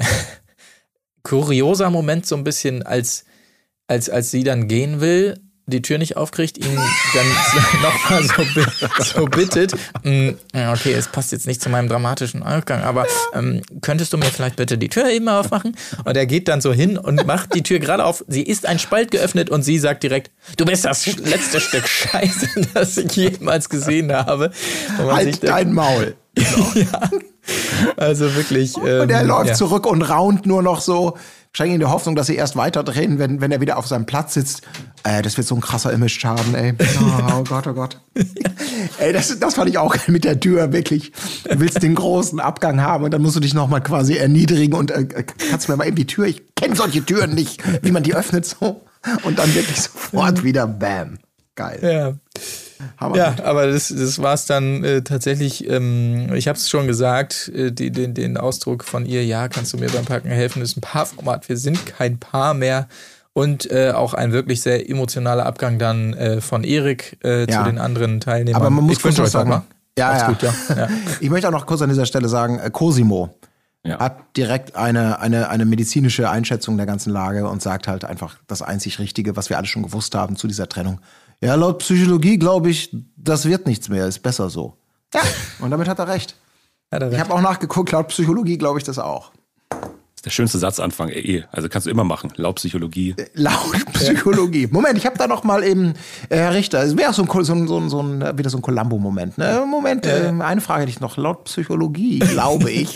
kurioser Moment so ein bisschen, als, als, als sie dann gehen will, die Tür nicht aufkriegt, ihn dann nochmal so, so bittet, okay, es passt jetzt nicht zu meinem dramatischen Ausgang, aber ähm, könntest du mir vielleicht bitte die Tür eben aufmachen? Und er geht dann so hin und macht die Tür gerade auf. Sie ist ein Spalt geöffnet und sie sagt direkt, du bist das letzte Stück Scheiße, das ich jemals gesehen habe. Halt dein Maul. Genau. Ja, also wirklich. Ähm, und er läuft ja. zurück und raunt nur noch so, wahrscheinlich in der Hoffnung, dass sie erst weiter drehen, wenn, wenn er wieder auf seinem Platz sitzt. Äh, das wird so ein krasser Image-Schaden, ey. Oh, oh Gott, oh Gott. Ey, das, das fand ich auch mit der Tür, wirklich. Du willst den großen Abgang haben und dann musst du dich noch mal quasi erniedrigen und äh, kannst du mir mal eben die Tür, ich kenne solche Türen nicht, wie man die öffnet so. Und dann wirklich sofort wieder Bam. Geil. Ja. Hammer. Ja, aber das, das war es dann äh, tatsächlich, ähm, ich habe es schon gesagt, äh, die, den, den Ausdruck von ihr, ja, kannst du mir beim Packen helfen, ist ein Paarformat, wir sind kein Paar mehr. Und äh, auch ein wirklich sehr emotionaler Abgang dann äh, von Erik äh, ja. zu den anderen Teilnehmern. Aber man muss ich kurz was sagen. Ja, ja. Gut, ja. ja. Ich möchte auch noch kurz an dieser Stelle sagen, äh, Cosimo ja. hat direkt eine, eine, eine medizinische Einschätzung der ganzen Lage und sagt halt einfach das einzig Richtige, was wir alle schon gewusst haben zu dieser Trennung. Ja, laut Psychologie glaube ich, das wird nichts mehr, ist besser so. Ja, und damit hat er recht. Hat er recht. Ich habe auch nachgeguckt, laut Psychologie glaube ich das auch. Das ist der schönste Satzanfang, eh. Also kannst du immer machen, laut Psychologie. Äh, laut Psychologie. Moment, ich habe da noch mal eben, äh, Herr Richter, es wäre auch so ein, so ein, so ein, so ein, wieder so ein Columbo-Moment. Ne? Moment, äh, eine Frage hätte ich noch. Laut Psychologie, glaube ich.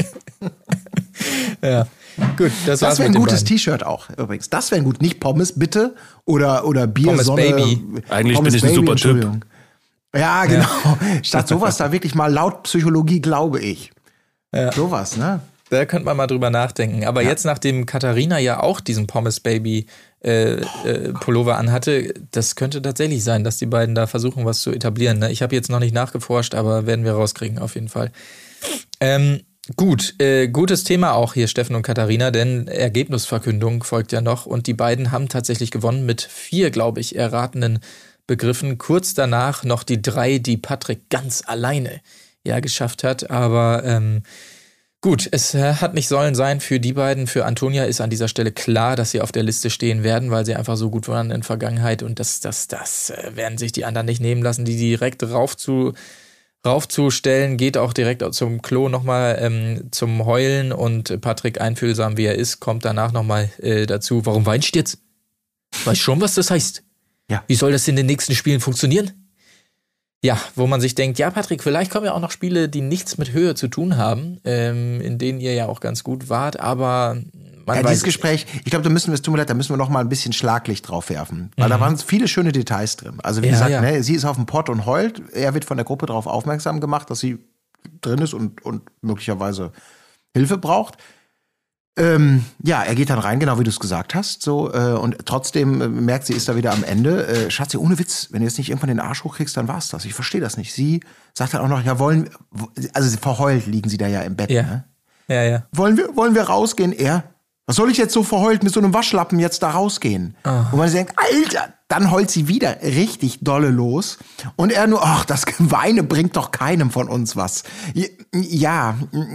Ja. Gut, das, das wäre ein gutes T-Shirt auch, übrigens. Das wäre gut. Nicht Pommes, bitte. Oder, oder Bier, Pommes Sonne. Baby. Eigentlich Pommes bin ich ein super Typ. Ja, genau. Ja. Statt sowas da wirklich mal laut Psychologie, glaube ich. Ja. Sowas, ne? Da könnte man mal drüber nachdenken. Aber ja. jetzt, nachdem Katharina ja auch diesen Pommes Baby äh, äh, Pullover anhatte, das könnte tatsächlich sein, dass die beiden da versuchen, was zu etablieren. Ne? Ich habe jetzt noch nicht nachgeforscht, aber werden wir rauskriegen auf jeden Fall. Ähm, Gut, äh, gutes Thema auch hier, Steffen und Katharina, denn Ergebnisverkündung folgt ja noch und die beiden haben tatsächlich gewonnen mit vier, glaube ich, erratenen Begriffen. Kurz danach noch die drei, die Patrick ganz alleine ja geschafft hat, aber ähm, gut, es äh, hat nicht sollen sein für die beiden. Für Antonia ist an dieser Stelle klar, dass sie auf der Liste stehen werden, weil sie einfach so gut waren in der Vergangenheit und das, das, das äh, werden sich die anderen nicht nehmen lassen, die direkt rauf zu raufzustellen, geht auch direkt zum Klo nochmal ähm, zum Heulen und Patrick, einfühlsam wie er ist, kommt danach nochmal äh, dazu. Warum weinst du jetzt? Weißt schon, was das heißt? Ja. Wie soll das in den nächsten Spielen funktionieren? Ja, wo man sich denkt, ja Patrick, vielleicht kommen ja auch noch Spiele, die nichts mit Höhe zu tun haben, ähm, in denen ihr ja auch ganz gut wart, aber man ja, weiß dieses Gespräch, ich glaube, da müssen wir, es tut mir leid, da müssen wir noch mal ein bisschen Schlaglicht drauf werfen. Weil mhm. da waren viele schöne Details drin. Also wie ja, gesagt, ja. Ne, sie ist auf dem Pott und heult. Er wird von der Gruppe darauf aufmerksam gemacht, dass sie drin ist und, und möglicherweise Hilfe braucht. Ähm, ja, er geht dann rein, genau wie du es gesagt hast. So, äh, und trotzdem äh, merkt sie, ist da wieder am Ende. Äh, Schatzi, ohne Witz, wenn du jetzt nicht irgendwann den Arsch hochkriegst, dann war's das. Ich verstehe das nicht. Sie sagt dann auch noch, ja, wollen, also verheult liegen sie da ja im Bett. Ja, ne? ja, ja. Wollen wir, wollen wir rausgehen? Er, was soll ich jetzt so verheult mit so einem Waschlappen jetzt da rausgehen? Oh. Wo man denkt, Alter, dann heult sie wieder richtig dolle los. Und er nur, ach, das Geweine bringt doch keinem von uns was. Ja,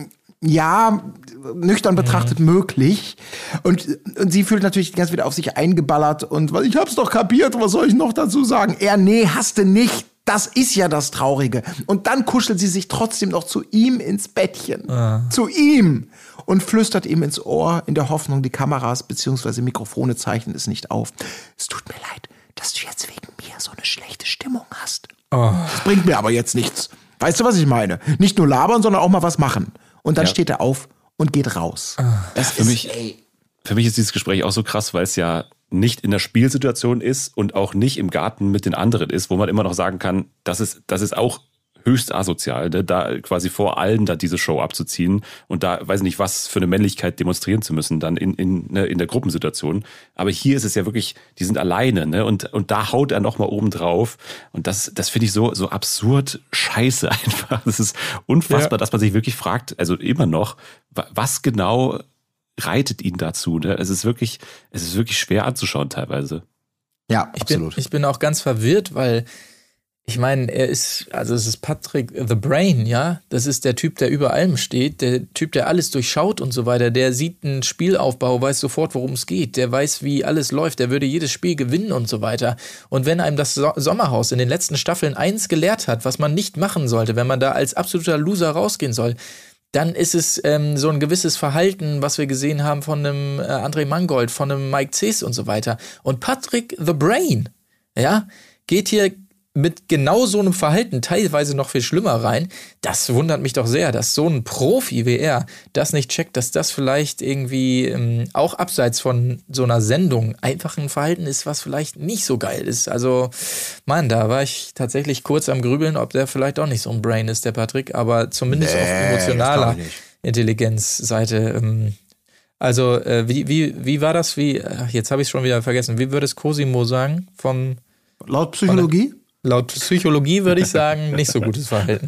ja, nüchtern betrachtet mhm. möglich. Und, und sie fühlt natürlich ganz wieder auf sich eingeballert und ich hab's doch kapiert, was soll ich noch dazu sagen? Er, nee, hast du nicht. Das ist ja das Traurige. Und dann kuschelt sie sich trotzdem noch zu ihm ins Bettchen. Ah. Zu ihm. Und flüstert ihm ins Ohr in der Hoffnung, die Kameras bzw. Mikrofone zeichnen es nicht auf. Es tut mir leid, dass du jetzt wegen mir so eine schlechte Stimmung hast. Oh. Das bringt mir aber jetzt nichts. Weißt du, was ich meine? Nicht nur labern, sondern auch mal was machen. Und dann ja. steht er auf und geht raus. Ah. Das für, ist, mich, ey. für mich ist dieses Gespräch auch so krass, weil es ja nicht in der Spielsituation ist und auch nicht im Garten mit den anderen ist, wo man immer noch sagen kann, das ist, das ist auch höchst asozial, ne? Da quasi vor allen da diese Show abzuziehen und da, weiß nicht, was für eine Männlichkeit demonstrieren zu müssen, dann in, in, ne, in der Gruppensituation. Aber hier ist es ja wirklich, die sind alleine, ne? Und, und da haut er nochmal oben drauf. Und das, das finde ich so, so absurd scheiße einfach. Das ist unfassbar, ja. dass man sich wirklich fragt, also immer noch, was genau reitet ihn dazu, ne? Es ist wirklich, es ist wirklich schwer anzuschauen teilweise. Ja, ich absolut. Bin, ich bin auch ganz verwirrt, weil ich meine, er ist, also es ist Patrick the Brain, ja. Das ist der Typ, der über allem steht, der Typ, der alles durchschaut und so weiter. Der sieht einen Spielaufbau, weiß sofort, worum es geht. Der weiß, wie alles läuft. Der würde jedes Spiel gewinnen und so weiter. Und wenn einem das so- Sommerhaus in den letzten Staffeln eins gelehrt hat, was man nicht machen sollte, wenn man da als absoluter Loser rausgehen soll, dann ist es ähm, so ein gewisses Verhalten, was wir gesehen haben von einem äh, André Mangold, von einem Mike Cees und so weiter. Und Patrick the Brain, ja, geht hier mit genau so einem Verhalten teilweise noch viel schlimmer rein. Das wundert mich doch sehr, dass so ein Profi wie er das nicht checkt, dass das vielleicht irgendwie ähm, auch abseits von so einer Sendung einfach ein Verhalten ist, was vielleicht nicht so geil ist. Also, Mann, da war ich tatsächlich kurz am Grübeln, ob der vielleicht auch nicht so ein Brain ist, der Patrick, aber zumindest nee, auf emotionaler Intelligenzseite. Ähm, also, äh, wie, wie, wie war das? Wie, ach, jetzt habe ich es schon wieder vergessen. Wie würde es Cosimo sagen? Vom, Laut Psychologie? Laut Psychologie würde ich sagen, nicht so gutes Verhalten.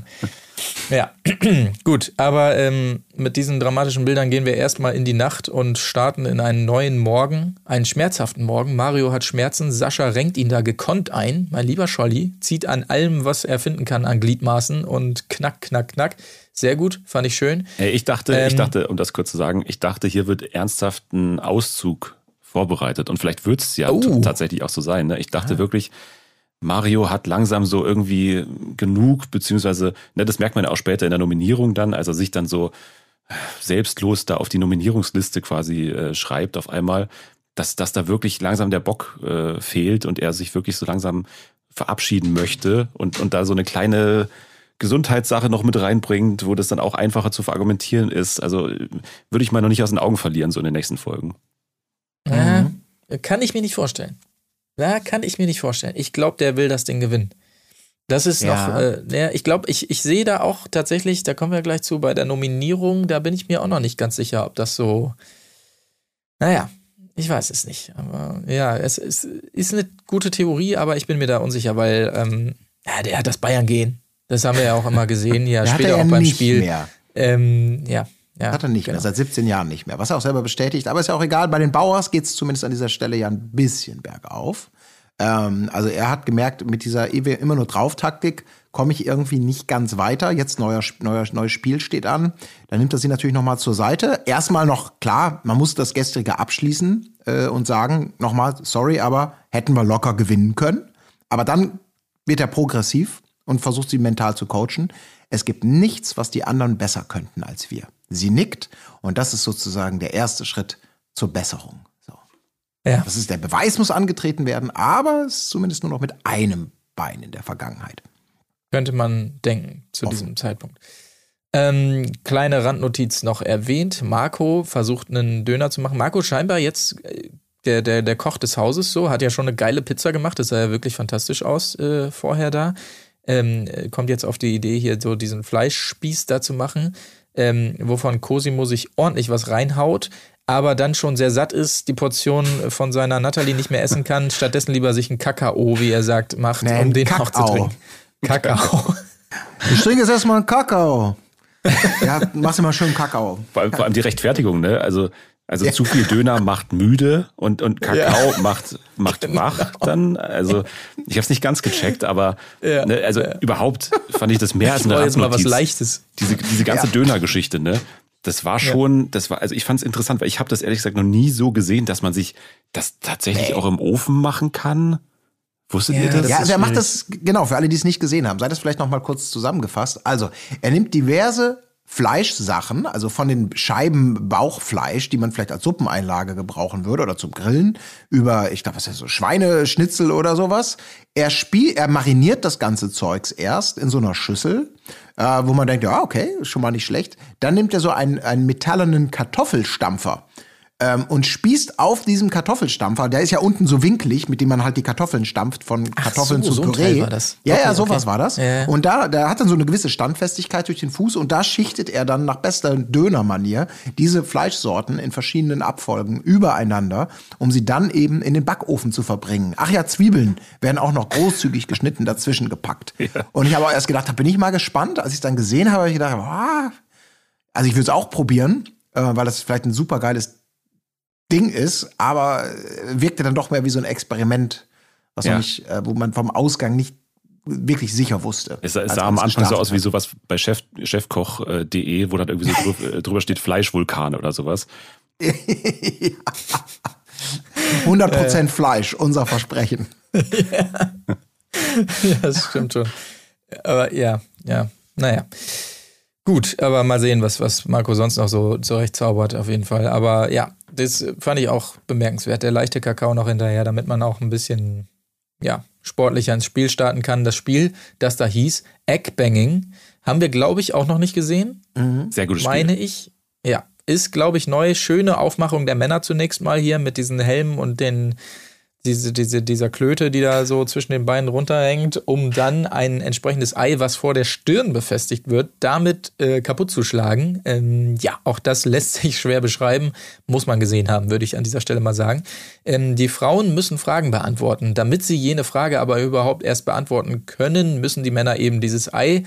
Ja, gut, aber ähm, mit diesen dramatischen Bildern gehen wir erstmal in die Nacht und starten in einen neuen Morgen, einen schmerzhaften Morgen. Mario hat Schmerzen, Sascha renkt ihn da gekonnt ein. Mein lieber Scholli zieht an allem, was er finden kann, an Gliedmaßen und knack, knack, knack. Sehr gut, fand ich schön. Hey, ich dachte, ähm, ich dachte, um das kurz zu sagen, ich dachte, hier wird ernsthaft ein Auszug vorbereitet und vielleicht wird es ja oh. t- tatsächlich auch so sein. Ne? Ich dachte ah. wirklich, Mario hat langsam so irgendwie genug, beziehungsweise, ne, das merkt man ja auch später in der Nominierung dann, als er sich dann so selbstlos da auf die Nominierungsliste quasi äh, schreibt auf einmal, dass, dass da wirklich langsam der Bock äh, fehlt und er sich wirklich so langsam verabschieden möchte und, und da so eine kleine Gesundheitssache noch mit reinbringt, wo das dann auch einfacher zu verargumentieren ist. Also würde ich mal noch nicht aus den Augen verlieren, so in den nächsten Folgen. Ja, kann ich mir nicht vorstellen. Ja, kann ich mir nicht vorstellen. Ich glaube, der will das Ding gewinnen. Das ist ja. noch, äh, ja, ich glaube, ich, ich sehe da auch tatsächlich, da kommen wir gleich zu, bei der Nominierung, da bin ich mir auch noch nicht ganz sicher, ob das so, naja, ich weiß es nicht. Aber ja, es, es ist eine gute Theorie, aber ich bin mir da unsicher, weil, ähm, ja, der hat das Bayern-Gehen. Das haben wir ja auch immer gesehen, ja, später auch beim Spiel. Mehr. Ähm, ja. Ja, hat er nicht genau. mehr, seit siebzehn Jahren nicht mehr. Was er auch selber bestätigt. Aber ist ja auch egal, bei den Bauers geht es zumindest an dieser Stelle ja ein bisschen bergauf. Ähm, also er hat gemerkt, mit dieser immer nur Drauf-Taktik komme ich irgendwie nicht ganz weiter. Jetzt neuer, neuer, neues Spiel steht an. Dann nimmt er sie natürlich nochmal zur Seite. Erstmal noch, klar, man muss das Gestrige abschließen äh, und sagen, nochmal, sorry, aber hätten wir locker gewinnen können. Aber dann wird er progressiv und versucht sie mental zu coachen. Es gibt nichts, was die anderen besser könnten als wir. Sie nickt und das ist sozusagen der erste Schritt zur Besserung. So. Ja. Das ist, der Beweis muss angetreten werden, aber es ist zumindest nur noch mit einem Bein in der Vergangenheit. Könnte man denken zu Offen. diesem Zeitpunkt. Ähm, kleine Randnotiz noch erwähnt. Marco versucht einen Döner zu machen. Marco scheinbar jetzt der, der, der Koch des Hauses so, hat ja schon eine geile Pizza gemacht. Das sah ja wirklich fantastisch aus äh, vorher da. Ähm, kommt jetzt auf die Idee, hier so diesen Fleischspieß da zu machen, ähm, wovon Cosimo sich ordentlich was reinhaut, aber dann schon sehr satt ist, die Portion von seiner Natalie nicht mehr essen kann, stattdessen lieber sich einen Kakao, wie er sagt, macht, nee, um den Kakao. auch zu trinken. Kakao. Ich trinke jetzt erstmal einen Kakao. Ja, machst du mal schön Kakao. Vor allem, vor allem die Rechtfertigung, ne? Also, also ja. zu viel Döner macht müde und, und Kakao ja. macht, macht genau. wach dann. Also, ich habe es nicht ganz gecheckt, aber ja. ne, also ja. überhaupt fand ich das mehr als eine Randnotiz. Jetzt mal was Leichtes. Diese, diese ganze ja. Döner-Geschichte, ne? Das war schon, ja. das war, also ich fand es interessant, weil ich habe das ehrlich gesagt noch nie so gesehen, dass man sich das tatsächlich nee. auch im Ofen machen kann. Wusstet ja, ihr das? Ja, das er macht das, genau, für alle, die es nicht gesehen haben. Sei das vielleicht noch mal kurz zusammengefasst. Also, er nimmt diverse Fleischsachen, also von den Scheiben Bauchfleisch, die man vielleicht als Suppeneinlage gebrauchen würde oder zum Grillen, über, ich glaube, was ist das, so Schweineschnitzel oder sowas. Er spiel, er mariniert das ganze Zeugs erst in so einer Schüssel, äh, wo man denkt, ja, okay, ist schon mal nicht schlecht. Dann nimmt er so einen, einen metallenen Kartoffelstampfer. Ähm, und spießt auf diesem Kartoffelstampfer, der ist ja unten so winklig, mit dem man halt die Kartoffeln stampft, von Kartoffeln Ach so, zu so Püree. War das. Ja, okay, ja, sowas okay. war das. Ja. Und da, da hat dann so eine gewisse Standfestigkeit durch den Fuß und da schichtet er dann nach bester Dönermanier diese Fleischsorten in verschiedenen Abfolgen übereinander, um sie dann eben in den Backofen zu verbringen. Ach ja, Zwiebeln werden auch noch großzügig geschnitten dazwischen gepackt. Ja. Und ich habe auch erst gedacht, da bin ich mal gespannt. Als ich es dann gesehen habe, habe ich gedacht, oh, also ich würde es auch probieren, äh, weil das vielleicht ein super geiles Ding ist, aber wirkte dann doch mehr wie so ein Experiment, was ja. man nicht, äh, wo man vom Ausgang nicht wirklich sicher wusste. Es, es sah am Anfang so aus wie sowas bei Chef, Chefkoch punkt de, wo dann irgendwie so drüber, drüber steht Fleischvulkan oder sowas. Ja. hundert Prozent äh. Fleisch, unser Versprechen. Ja. Ja, das stimmt schon. Aber ja, ja, naja. Gut, aber mal sehen, was, was Marco sonst noch so zurechtzaubert, auf jeden Fall. Aber ja, das fand ich auch bemerkenswert. Der leichte Kakao noch hinterher, damit man auch ein bisschen ja, sportlicher ins Spiel starten kann. Das Spiel, das da hieß Eggbanging, haben wir, glaube ich, auch noch nicht gesehen. Mhm. Sehr gutes Spiel. Meine ich. Ja, ist, glaube ich, neu. Schöne Aufmachung der Männer zunächst mal hier mit diesen Helmen und den Diese, diese, dieser Klöte, die da so zwischen den Beinen runterhängt, um dann ein entsprechendes Ei, was vor der Stirn befestigt wird, damit äh, kaputt zu schlagen. Ähm, ja, auch das lässt sich schwer beschreiben, muss man gesehen haben, würde ich an dieser Stelle mal sagen. Ähm, die Frauen müssen Fragen beantworten. Damit sie jene Frage aber überhaupt erst beantworten können, müssen die Männer eben dieses Ei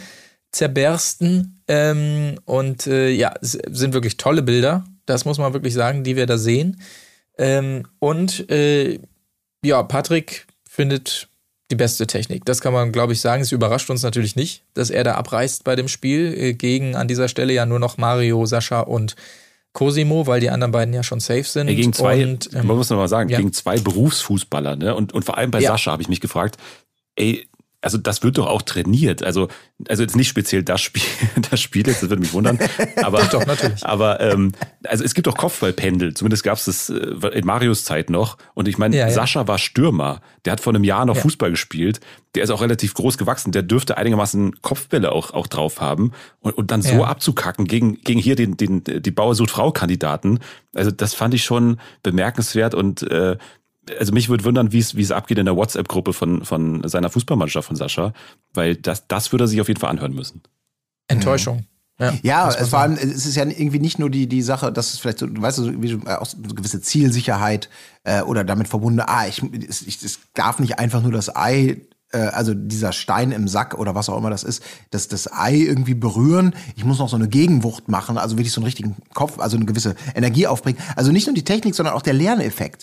zerbersten. Ähm, und äh, ja, es sind wirklich tolle Bilder, das muss man wirklich sagen, die wir da sehen. Ähm, und äh, Ja, Patrick findet die beste Technik. Das kann man, glaube ich, sagen. Es überrascht uns natürlich nicht, dass er da abreißt bei dem Spiel. Gegen an dieser Stelle ja nur noch Mario, Sascha und Cosimo, weil die anderen beiden ja schon safe sind. Ja, gegen zwei, und, ähm, man muss noch mal sagen, ja. gegen zwei Berufsfußballer. Ne? Und, und vor allem bei ja. Sascha habe ich mich gefragt, ey, also das wird doch auch trainiert. Also, also jetzt nicht speziell das Spiel, das Spiel jetzt, das würde mich wundern. Aber, doch, natürlich. Aber ähm, also es gibt doch Kopfballpendel. Zumindest gab es das in Marios Zeit noch. Und ich meine, ja, Sascha ja. war Stürmer. Der hat vor einem Jahr noch ja. Fußball gespielt. Der ist auch relativ groß gewachsen. Der dürfte einigermaßen Kopfbälle auch, auch drauf haben. Und, und dann so ja. abzukacken gegen, gegen hier den, den, die Bauer-Sucht-Frau-Kandidaten. Also das fand ich schon bemerkenswert und äh, also mich würde wundern, wie es wie es abgeht in der WhatsApp-Gruppe von von seiner Fußballmannschaft von Sascha, weil das das würde er sich auf jeden Fall anhören müssen. Enttäuschung. Ja, ja es vor allem, es ist ja irgendwie nicht nur die die Sache, dass es vielleicht so, weißt du, so, wie, auch so eine gewisse Zielsicherheit äh, oder damit verbunden, ah, ich, ich, es darf nicht einfach nur das Ei, äh, also dieser Stein im Sack oder was auch immer das ist, das, das Ei irgendwie berühren. Ich muss noch so eine Gegenwucht machen, also wirklich so einen richtigen Kopf, also eine gewisse Energie aufbringen. Also nicht nur die Technik, sondern auch der Lerneffekt.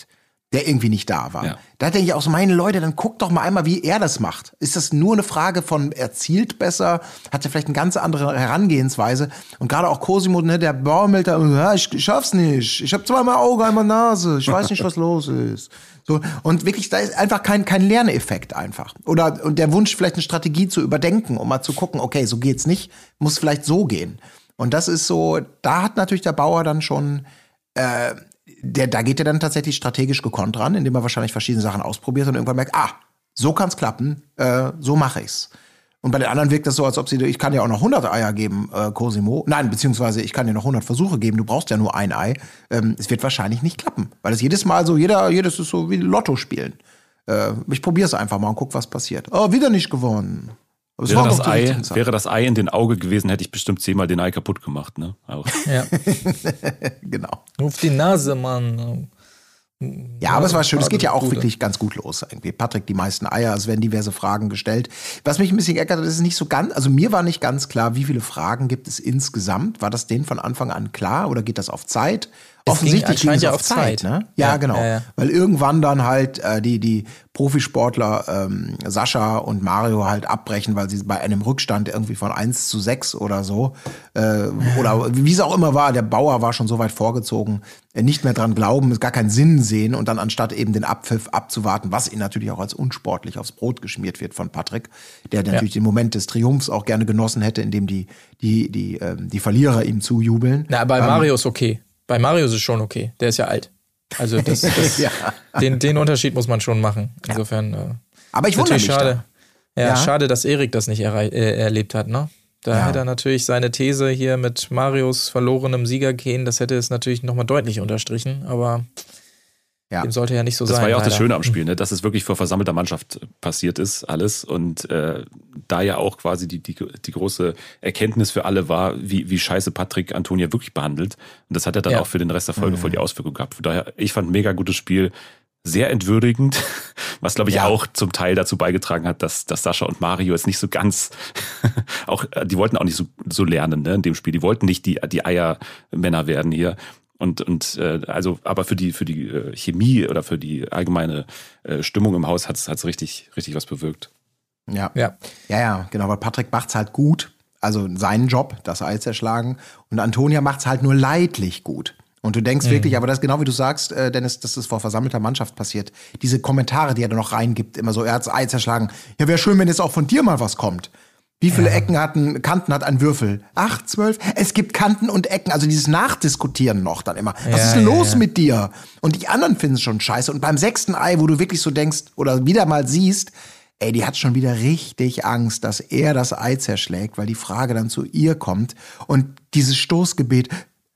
der irgendwie nicht da war. Ja. Da denke ich auch so, meine Leute, dann guckt doch mal einmal, wie er das macht. Ist das nur eine Frage von, er zielt besser, hat er vielleicht eine ganz andere Herangehensweise? Und gerade auch Cosimo, ne, der baumelt da, ja, ich, ich schaff's nicht. Ich habe zweimal Auge, einmal Nase. Ich weiß nicht, was los ist. So, und wirklich, da ist einfach kein, kein Lerneffekt einfach. Oder und der Wunsch, vielleicht eine Strategie zu überdenken, um mal zu gucken, okay, so geht's nicht, muss vielleicht so gehen. Und das ist so, da hat natürlich der Bauer dann schon, äh, der, da geht er dann tatsächlich strategisch gekonnt ran, indem er wahrscheinlich verschiedene Sachen ausprobiert und irgendwann merkt, ah, so kann's klappen, äh, so mache ich's. Und bei den anderen wirkt das so, als ob sie, ich kann ja auch noch hundert Eier geben, äh, Cosimo. Nein, beziehungsweise ich kann dir noch hundert Versuche geben, du brauchst ja nur ein Ei. Ähm, es wird wahrscheinlich nicht klappen, weil es jedes Mal so, jeder, jedes ist so wie Lotto spielen. Äh, ich probier's einfach mal und guck, was passiert. Oh, wieder nicht gewonnen. Aber es Wäre war das, doch die Ei, richtige Zeit. wäre das Ei in den Auge gewesen, hätte ich bestimmt zehnmal den Ei kaputt gemacht. Ne? Auch. Ja. Genau. Auf die Nase, Mann. Ja, aber es war schön. Es geht ja auch Gute. wirklich ganz gut los. Irgendwie Patrick die meisten Eier, es werden diverse Fragen gestellt. Was mich ein bisschen ärgert, das ist nicht so ganz, also mir war nicht ganz klar, wie viele Fragen gibt es insgesamt. War das denen von Anfang an klar oder geht das auf Zeit? Es Offensichtlich ging ging es anscheinend auf auf Zeit, Zeit. ne? Ja, Ja, genau. ja, ja. Weil irgendwann dann halt äh, die, die Profisportler ähm, Sascha und Mario halt abbrechen, weil sie bei einem Rückstand irgendwie von eins zu sechs oder so, äh, oder wie es auch immer war, der Bauer war schon so weit vorgezogen, äh, nicht mehr dran glauben, es gar keinen Sinn sehen und dann anstatt eben den Abpfiff abzuwarten, was ihn natürlich auch als unsportlich aufs Brot geschmiert wird von Patrick, der natürlich den Moment des Triumphs auch gerne genossen hätte, indem die, die, die, ähm, die Verlierer ihm zujubeln. Na, bei Ähm, Mario ist okay. Bei Mario ist es schon okay. Der ist ja alt. Also das, das, Ja. den, den Unterschied muss man schon machen. Insofern. Äh, Aber ich ist wundere natürlich mich schade. Ja, Ja. schade, dass Erik das nicht errei- äh, erlebt hat, ne? Da Ja. hätte er natürlich seine These hier mit Marios verlorenem Siegergehen, das hätte es natürlich nochmal deutlich unterstrichen, aber Ja. dem sollte ja nicht so Das sein. war ja auch das leider. Schöne am Spiel, ne? Dass es wirklich vor versammelter Mannschaft passiert ist, alles. Und äh, da ja auch quasi die, die, die große Erkenntnis für alle war, wie, wie scheiße Patrick Antonia wirklich behandelt. Und das hat er dann Ja. auch für den Rest der Folge voll die Auswirkung gehabt. Von daher, ich fand ein mega gutes Spiel, sehr entwürdigend, was glaube ich Ja. auch zum Teil dazu beigetragen hat, dass, dass Sascha und Mario jetzt nicht so ganz, auch die wollten auch nicht so, so lernen, ne, in dem Spiel. Die wollten nicht die, die Eiermänner werden hier. Und, und äh, also, aber für die für die äh, Chemie oder für die allgemeine äh, Stimmung im Haus hat's hat's richtig richtig was bewirkt. Ja. Ja. Ja, ja, genau, weil Patrick macht's halt gut, also seinen Job, das Ei zerschlagen, und Antonia macht's halt nur leidlich gut. Und du denkst wirklich, aber das ist genau wie du sagst, äh, Dennis, dass das vor versammelter Mannschaft passiert. Diese Kommentare, die er da noch reingibt, immer so, er hat's Ei zerschlagen. Ja, wäre schön, wenn jetzt auch von dir mal was kommt. Wie viele Ecken hatten, Kanten hat ein Würfel? Acht, zwölf? Es gibt Kanten und Ecken, also dieses Nachdiskutieren noch dann immer. Was Ja, ist denn ja, los ja. mit dir? Und die anderen finden es schon scheiße. Und beim sechsten Ei, wo du wirklich so denkst oder wieder mal siehst, ey, die hat schon wieder richtig Angst, dass er das Ei zerschlägt, weil die Frage dann zu ihr kommt. Und dieses Stoßgebet,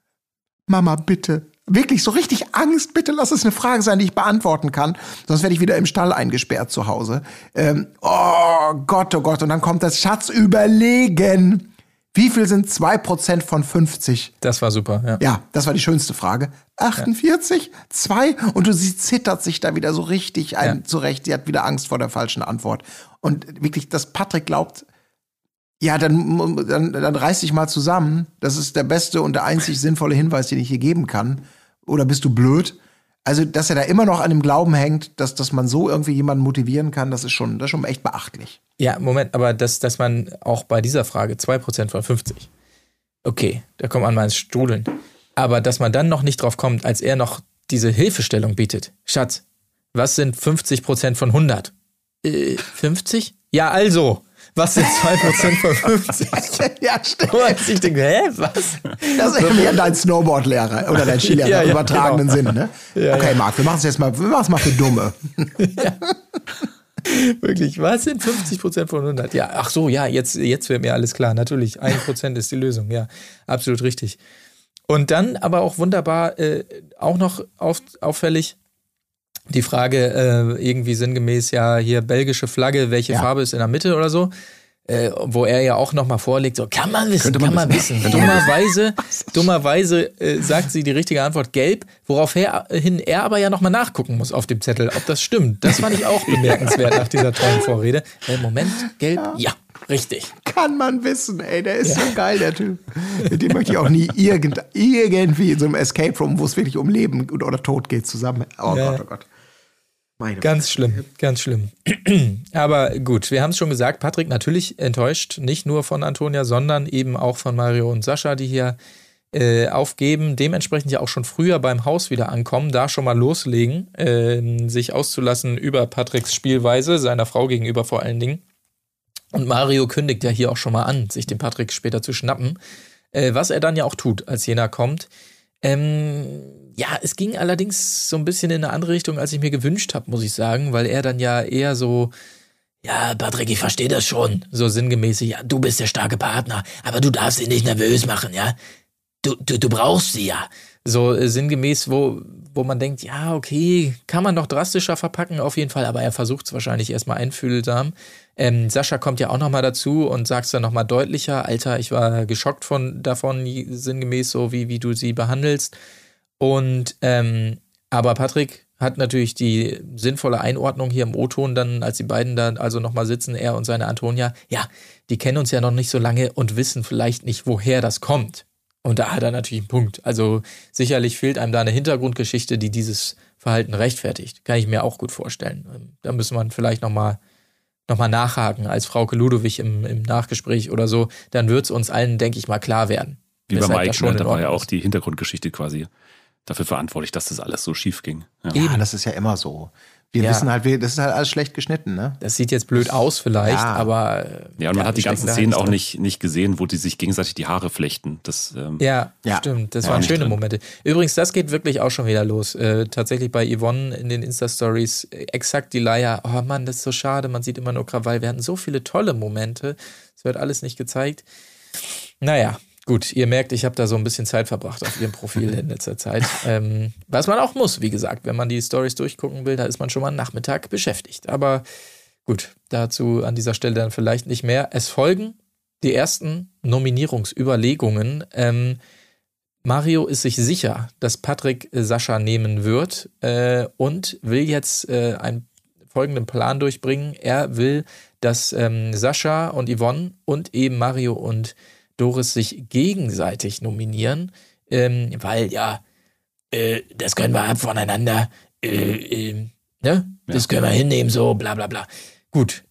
Mama, bitte. Wirklich so richtig Angst, bitte lass es eine Frage sein, die ich beantworten kann. Sonst werde ich wieder im Stall eingesperrt zu Hause. Ähm, oh Gott, oh Gott. Und dann kommt das Schatz überlegen. Wie viel sind zwei Prozent von fünfzig? Das war super, ja. Ja, das war die schönste Frage. achtundvierzig? Zwei? Und du, sie zittert sich da wieder so richtig ein, Ja. zurecht. Sie hat wieder Angst vor der falschen Antwort. Und wirklich, dass Patrick glaubt, ja, dann, dann, dann reiß dich mal zusammen. Das ist der beste und der einzig sinnvolle Hinweis, den ich hier geben kann. Oder bist du blöd? Also, dass er da immer noch an dem Glauben hängt, dass, dass man so irgendwie jemanden motivieren kann, das ist schon, das ist schon echt beachtlich. Ja, Moment, aber dass, dass man auch bei dieser Frage zwei Prozent von fünfzig, okay, da kommt man mal ins Strudeln. Aber dass man dann noch nicht drauf kommt, als er noch diese Hilfestellung bietet. Schatz, was sind fünfzig Prozent von hundert? Äh, fünfzig? Ja, also, was sind zwei Prozent von fünfzig? Ja, stimmt. Und ich denke, hä, was? Das ist ja dein Snowboardlehrer oder dein Skilehrer Ja, im ja, übertragenen genau. Sinn, ne? Ja, okay, ja. Marc, wir machen es jetzt mal, wir machen es mal für Dumme. Wirklich, was sind fünfzig Prozent von hundert? Ja, ach so, ja, jetzt, jetzt wird mir alles klar. Natürlich, ein Prozent ist die Lösung, ja, absolut richtig. Und dann aber auch wunderbar, äh, auch noch auf, auffällig, die Frage äh, irgendwie sinngemäß, ja, hier belgische Flagge, welche Ja. Farbe ist in der Mitte oder so? Äh, wo er ja auch nochmal vorlegt, so kann man wissen, Könnte man kann man wissen. wissen. Dummerweise, dummerweise äh, sagt sie die richtige Antwort gelb, woraufhin er aber ja nochmal nachgucken muss auf dem Zettel, ob das stimmt. Das fand ich auch bemerkenswert nach dieser tollen Vorrede. Äh, Moment, gelb, ja, richtig. Kann man wissen, ey, der ist so geil, der Typ. Mit dem möchte ich auch nie irgend, irgendwie in so einem Escape Room, wo es wirklich um Leben oder Tod geht, zusammen. Oh Ja. Gott, oh Gott. Meine Ganz Fresse. schlimm, ganz schlimm. Aber gut, wir haben es schon gesagt, Patrick natürlich enttäuscht, nicht nur von Antonia, sondern eben auch von Mario und Sascha, die hier äh, aufgeben, dementsprechend ja auch schon früher beim Haus wieder ankommen, da schon mal loslegen, äh, sich auszulassen über Patricks Spielweise, seiner Frau gegenüber vor allen Dingen. Und Mario kündigt ja hier auch schon mal an, sich den Patrick später zu schnappen, äh, was er dann ja auch tut, als jener kommt. Ähm, ja, es ging allerdings so ein bisschen in eine andere Richtung, als ich mir gewünscht habe, muss ich sagen, weil er dann ja eher so, ja, Patrick, ich verstehe das schon, so sinngemäß, ja, du bist der starke Partner, aber du darfst ihn nicht nervös machen, ja, du, du, du brauchst sie ja. So äh, sinngemäß, wo, wo man denkt, ja, okay, kann man noch drastischer verpacken auf jeden Fall, aber er versucht es wahrscheinlich erstmal einfühlsam. Ähm, Sascha kommt ja auch nochmal dazu und sagt es dann nochmal deutlicher, Alter, ich war geschockt von davon, sinngemäß so, wie, wie du sie behandelst. Und ähm, aber Patrick hat natürlich die sinnvolle Einordnung hier im O-Ton dann, als die beiden da also nochmal sitzen, er und seine Antonia, ja, die kennen uns ja noch nicht so lange und wissen vielleicht nicht, woher das kommt. Und da hat er natürlich einen Punkt. Also sicherlich fehlt einem da eine Hintergrundgeschichte, die dieses Verhalten rechtfertigt. Kann ich mir auch gut vorstellen. Da müssen wir vielleicht nochmal noch mal nachhaken als Frauke Ludowig im, im Nachgespräch oder so. Dann wird es uns allen, denke ich mal, klar werden. Wie bei Mike, ne, da war ja auch die Hintergrundgeschichte quasi dafür verantwortlich, dass das alles so schief ging. Ja, ja das ist ja immer so. Wir ja. wissen halt, wir, das ist halt alles schlecht geschnitten, ne? Das sieht jetzt blöd aus vielleicht, ja. aber... Ja, und man hat die ganzen Szenen auch nicht, nicht gesehen, wo die sich gegenseitig die Haare flechten. Das, ähm ja, ja, stimmt. Das ja, waren schöne drin. Momente. Übrigens, das geht wirklich auch schon wieder los. Äh, tatsächlich bei Yvonne in den Insta-Stories exakt die Leier. Oh Mann, das ist so schade, man sieht immer nur Krawall. Wir hatten so viele tolle Momente. Es wird alles nicht gezeigt. Naja, gut, ihr merkt, ich habe da so ein bisschen Zeit verbracht auf ihrem Profil in letzter Zeit. Ähm, was man auch muss, wie gesagt, wenn man die Stories durchgucken will, da ist man schon mal einen Nachmittag beschäftigt. Aber gut, dazu an dieser Stelle dann vielleicht nicht mehr. Es folgen die ersten Nominierungsüberlegungen. Ähm, Mario ist sich sicher, dass Patrick Sascha nehmen wird äh, und will jetzt äh, einen folgenden Plan durchbringen. Er will, dass ähm, Sascha und Yvonne und eben Mario und Doris sich gegenseitig nominieren, ähm, weil ja, äh, das können wir ab voneinander, äh, äh, ne? Das können wir hinnehmen, so bla bla bla. Gut,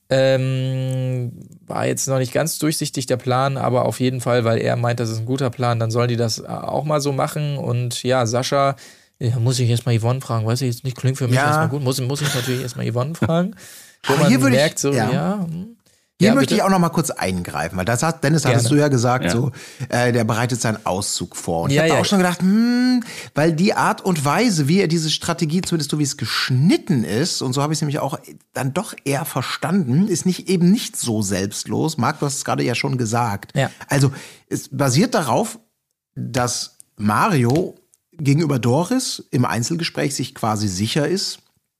ähm, war jetzt noch nicht ganz durchsichtig der Plan, aber auf jeden Fall, weil er meint, das ist ein guter Plan, dann sollen die das auch mal so machen. Und ja, Sascha, ja, muss ich erstmal Yvonne fragen, weiß ich jetzt nicht, klingt für mich ja. erstmal gut, muss, muss ich natürlich erstmal Yvonne fragen. Wo Aber man hier merkt, ich, so, ja. ja, hm. Hier ja, möchte bitte? ich auch noch mal kurz eingreifen, weil das hat, Dennis, hattest Gerne. du ja gesagt, Ja. so, äh, der bereitet seinen Auszug vor. Und ich Ja, habe ja. da auch schon gedacht, hm, weil die Art und Weise, wie er diese Strategie, zumindest so wie es geschnitten ist, und so habe ich es nämlich auch dann doch eher verstanden, ist nicht eben nicht so selbstlos. Marc, du hast es gerade ja schon gesagt. Ja. Also es basiert darauf, dass Mario gegenüber Doris im Einzelgespräch sich quasi sicher ist,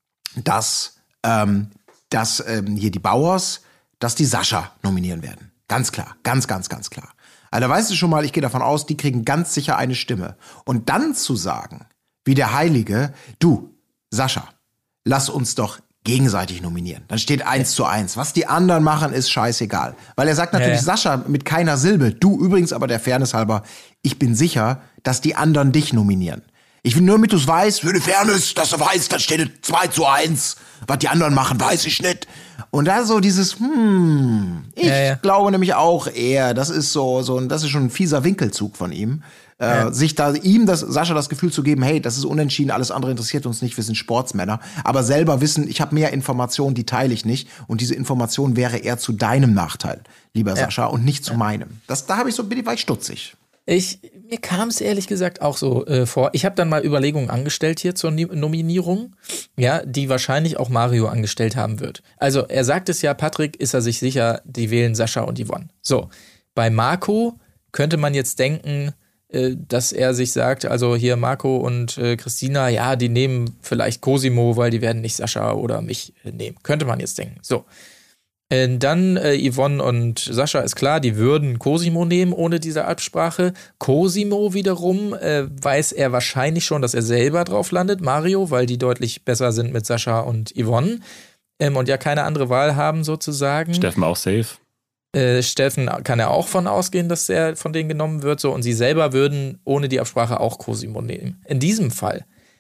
dass, ähm, dass ähm, hier die Bauers, dass die Sascha nominieren werden. Ganz klar, ganz, ganz, ganz klar. Also da weißt du schon mal, ich gehe davon aus, die kriegen ganz sicher eine Stimme. Und dann zu sagen, wie der Heilige, du, Sascha, lass uns doch gegenseitig nominieren. Dann steht eins zu eins. Was die anderen machen, ist scheißegal. Weil er sagt natürlich, Ja, ja. Sascha, mit keiner Silbe. Du übrigens, aber der Fairness halber, ich bin sicher, dass die anderen dich nominieren. Ich will nur, damit du es weißt, für die Fairness, dass du weißt, dann steht es zwei zu eins. Was die anderen machen, weiß ich nicht. Und da so dieses, hm, ich Ja, ja. glaube nämlich auch eher, das ist so, so, das ist schon ein fieser Winkelzug von ihm. Äh, Ja. sich da, ihm das, Sascha das Gefühl zu geben, hey, das ist unentschieden, alles andere interessiert uns nicht, wir sind Sportsmänner. Aber selber wissen, ich habe mehr Informationen, die teile ich nicht. Und diese Information wäre eher zu deinem Nachteil, lieber Ja. Sascha, und nicht zu meinem. Das, da habe ich so, bin ich, war ich stutzig. Ich, mir kam es ehrlich gesagt auch so äh, vor. Ich habe dann mal Überlegungen angestellt hier zur Ni- Nominierung, ja, die wahrscheinlich auch Mario angestellt haben wird. Also er sagt es ja, Patrick ist er sich sicher, die wählen Sascha und Yvonne. So, bei Marco könnte man jetzt denken, äh, dass er sich sagt, also hier Marco und äh, Christina, ja, die nehmen vielleicht Cosimo, weil die werden nicht Sascha oder mich äh, nehmen. Könnte man jetzt denken. So. Äh, Dann äh, Yvonne und Sascha ist klar, die würden Cosimo nehmen ohne diese Absprache. Cosimo wiederum äh, weiß er wahrscheinlich schon, dass er selber drauf landet, Mario, weil die deutlich besser sind mit Sascha und Yvonne ähm, und ja keine andere Wahl haben sozusagen. Steffen auch safe. Äh, Steffen kann er auch von ausgehen, dass er von denen genommen wird, so, und sie selber würden ohne die Absprache auch Cosimo nehmen. In diesem Fall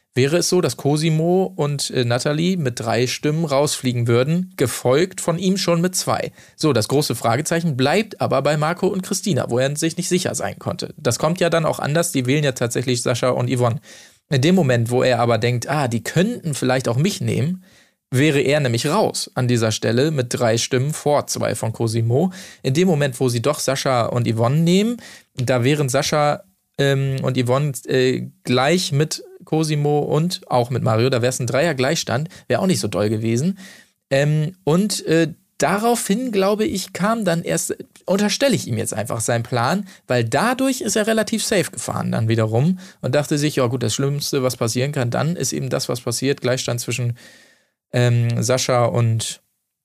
wäre es so, dass Cosimo und äh, Natalie mit drei Stimmen rausfliegen würden, gefolgt von ihm schon mit zwei. So, das große Fragezeichen bleibt aber bei Marco und Christina, wo er sich nicht sicher sein konnte. Das kommt ja dann auch anders, die wählen ja tatsächlich Sascha und Yvonne. In dem Moment, wo er aber denkt, ah, die könnten vielleicht auch mich nehmen, wäre er nämlich raus an dieser Stelle mit drei Stimmen vor zwei von Cosimo. In dem Moment, wo sie doch Sascha und Yvonne nehmen, da wären Sascha ähm, und Yvonne äh, gleich mit Cosimo und auch mit Mario, da wäre es ein Dreier-Gleichstand, wäre auch nicht so doll gewesen. Ähm, und äh, daraufhin, glaube ich, kam dann erst, unterstelle ich ihm jetzt einfach seinen Plan, weil dadurch ist er relativ safe gefahren dann wiederum und dachte sich, ja gut, das Schlimmste, was passieren kann, dann ist eben das, was passiert, Gleichstand zwischen ähm, Sascha und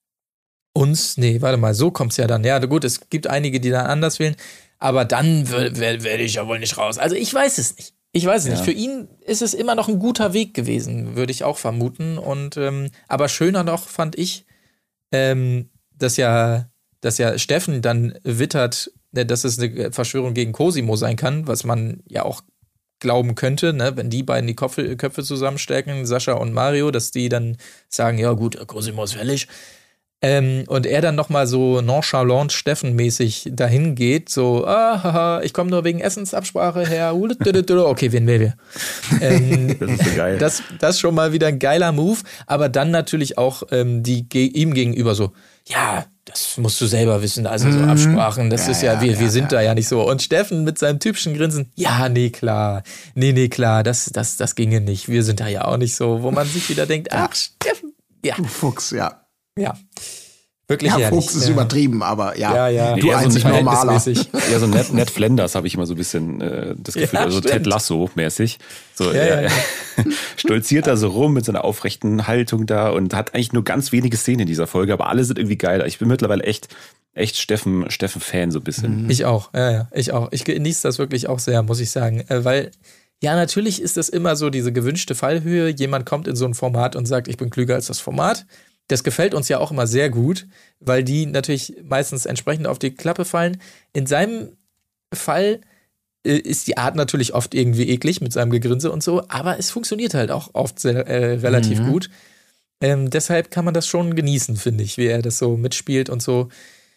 uns. Nee, warte mal, so kommt es ja dann. Ja, gut, es gibt einige, die dann anders wählen, aber dann werde werd ich ja wohl nicht raus. Also ich weiß es nicht. Ich weiß es ja. nicht. Für ihn ist es immer noch ein guter Weg gewesen, würde ich auch vermuten. Und ähm, aber schöner noch fand ich, ähm, dass ja, dass ja Steffen dann wittert, dass es eine Verschwörung gegen Cosimo sein kann, was man ja auch glauben könnte, ne? Wenn die beiden die Köpfe, Köpfe zusammenstecken, Sascha und Mario, dass die dann sagen, ja gut, Cosimo ist fällig. Ähm, und er dann nochmal so nonchalant Steffen-mäßig dahin geht, so, ah, haha, ich komme nur wegen Essensabsprache her, okay, wen will wir? Ähm, das ist so geil. Das, das schon mal wieder ein geiler Move, aber dann natürlich auch ähm, die ge- ihm gegenüber so, ja, das musst du selber wissen, also so Absprachen, das ja, ist ja, ja wir, ja, wir sind ja. da ja nicht so. Und Steffen mit seinem typischen Grinsen, ja, nee, klar, nee, nee, klar, das, das, das ginge nicht, wir sind da ja auch nicht so, wo man sich wieder denkt, ach, Steffen, ja. Du Fuchs, ja. Ja, wirklich ja, ehrlich. Fuchs ist ja. übertrieben, aber ja, Ja, ja. du Eher so einzig ein normaler. Ja, so Ned, Ned Flanders habe ich immer so ein bisschen äh, das Gefühl, Ja, also stimmt. Ted Lasso-mäßig. So, Ja, er, ja. er stolziert da so rum mit seiner aufrechten Haltung da und hat eigentlich nur ganz wenige Szenen in dieser Folge, aber alle sind irgendwie geil. Ich bin mittlerweile echt, echt Steffen, Steffen-Fan so ein bisschen. Ich auch, ja, ja, ich auch. Ich genieße das wirklich auch sehr, muss ich sagen, äh, weil ja, natürlich ist das immer so diese gewünschte Fallhöhe. Jemand kommt in so ein Format und sagt, ich bin klüger als das Format. Das gefällt uns ja auch immer sehr gut, weil die natürlich meistens entsprechend auf die Klappe fallen. In seinem Fall äh, ist die Art natürlich oft irgendwie eklig mit seinem Gegrinse und so, aber es funktioniert halt auch oft sehr, äh, relativ Mhm. gut. Ähm, deshalb kann man das schon genießen, finde ich, wie er das so mitspielt und so.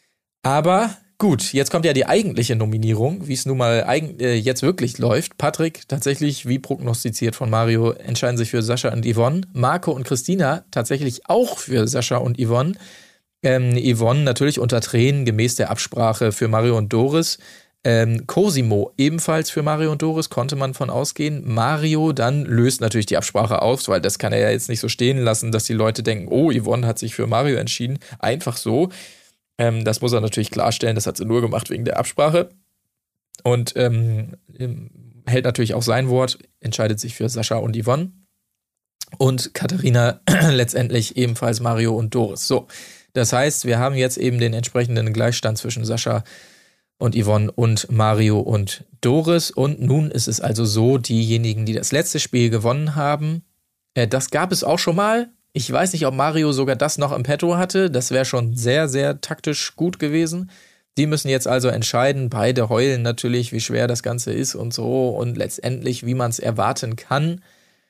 Aber gut, jetzt kommt ja die eigentliche Nominierung, wie es nun mal eigen, äh, jetzt wirklich läuft. Patrick, tatsächlich, wie prognostiziert von Mario, entscheiden sich für Sascha und Yvonne. Marco und Christina tatsächlich auch für Sascha und Yvonne. Ähm, Yvonne natürlich unter Tränen, gemäß der Absprache für Mario und Doris. Ähm, Cosimo ebenfalls für Mario und Doris, konnte man von ausgehen. Mario dann löst natürlich die Absprache auf, weil das kann er ja jetzt nicht so stehen lassen, dass die Leute denken, oh, Yvonne hat sich für Mario entschieden. Einfach so. Ähm, das muss er natürlich klarstellen, das hat sie nur gemacht wegen der Absprache. Und ähm, hält natürlich auch sein Wort, entscheidet sich für Sascha und Yvonne. Und Katharina letztendlich ebenfalls Mario und Doris. So, das heißt, wir haben jetzt eben den entsprechenden Gleichstand zwischen Sascha und Yvonne und Mario und Doris. Und nun ist es also so, diejenigen, die das letzte Spiel gewonnen haben, äh, das gab es auch schon mal. Ich weiß nicht, ob Mario sogar das noch im Petto hatte. Das wäre schon sehr, sehr taktisch gut gewesen. Die müssen jetzt also entscheiden. Beide heulen natürlich, wie schwer das Ganze ist und so. Und letztendlich, wie man es erwarten kann,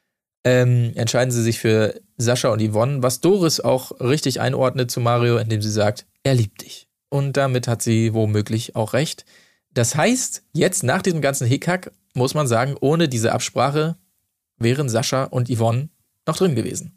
ähm, entscheiden sie sich für Sascha und Yvonne. Was Doris auch richtig einordnet zu Mario, indem sie sagt, er liebt dich. Und damit hat sie womöglich auch recht. Das heißt, jetzt nach diesem ganzen Hickhack, muss man sagen, ohne diese Absprache wären Sascha und Yvonne noch drin gewesen.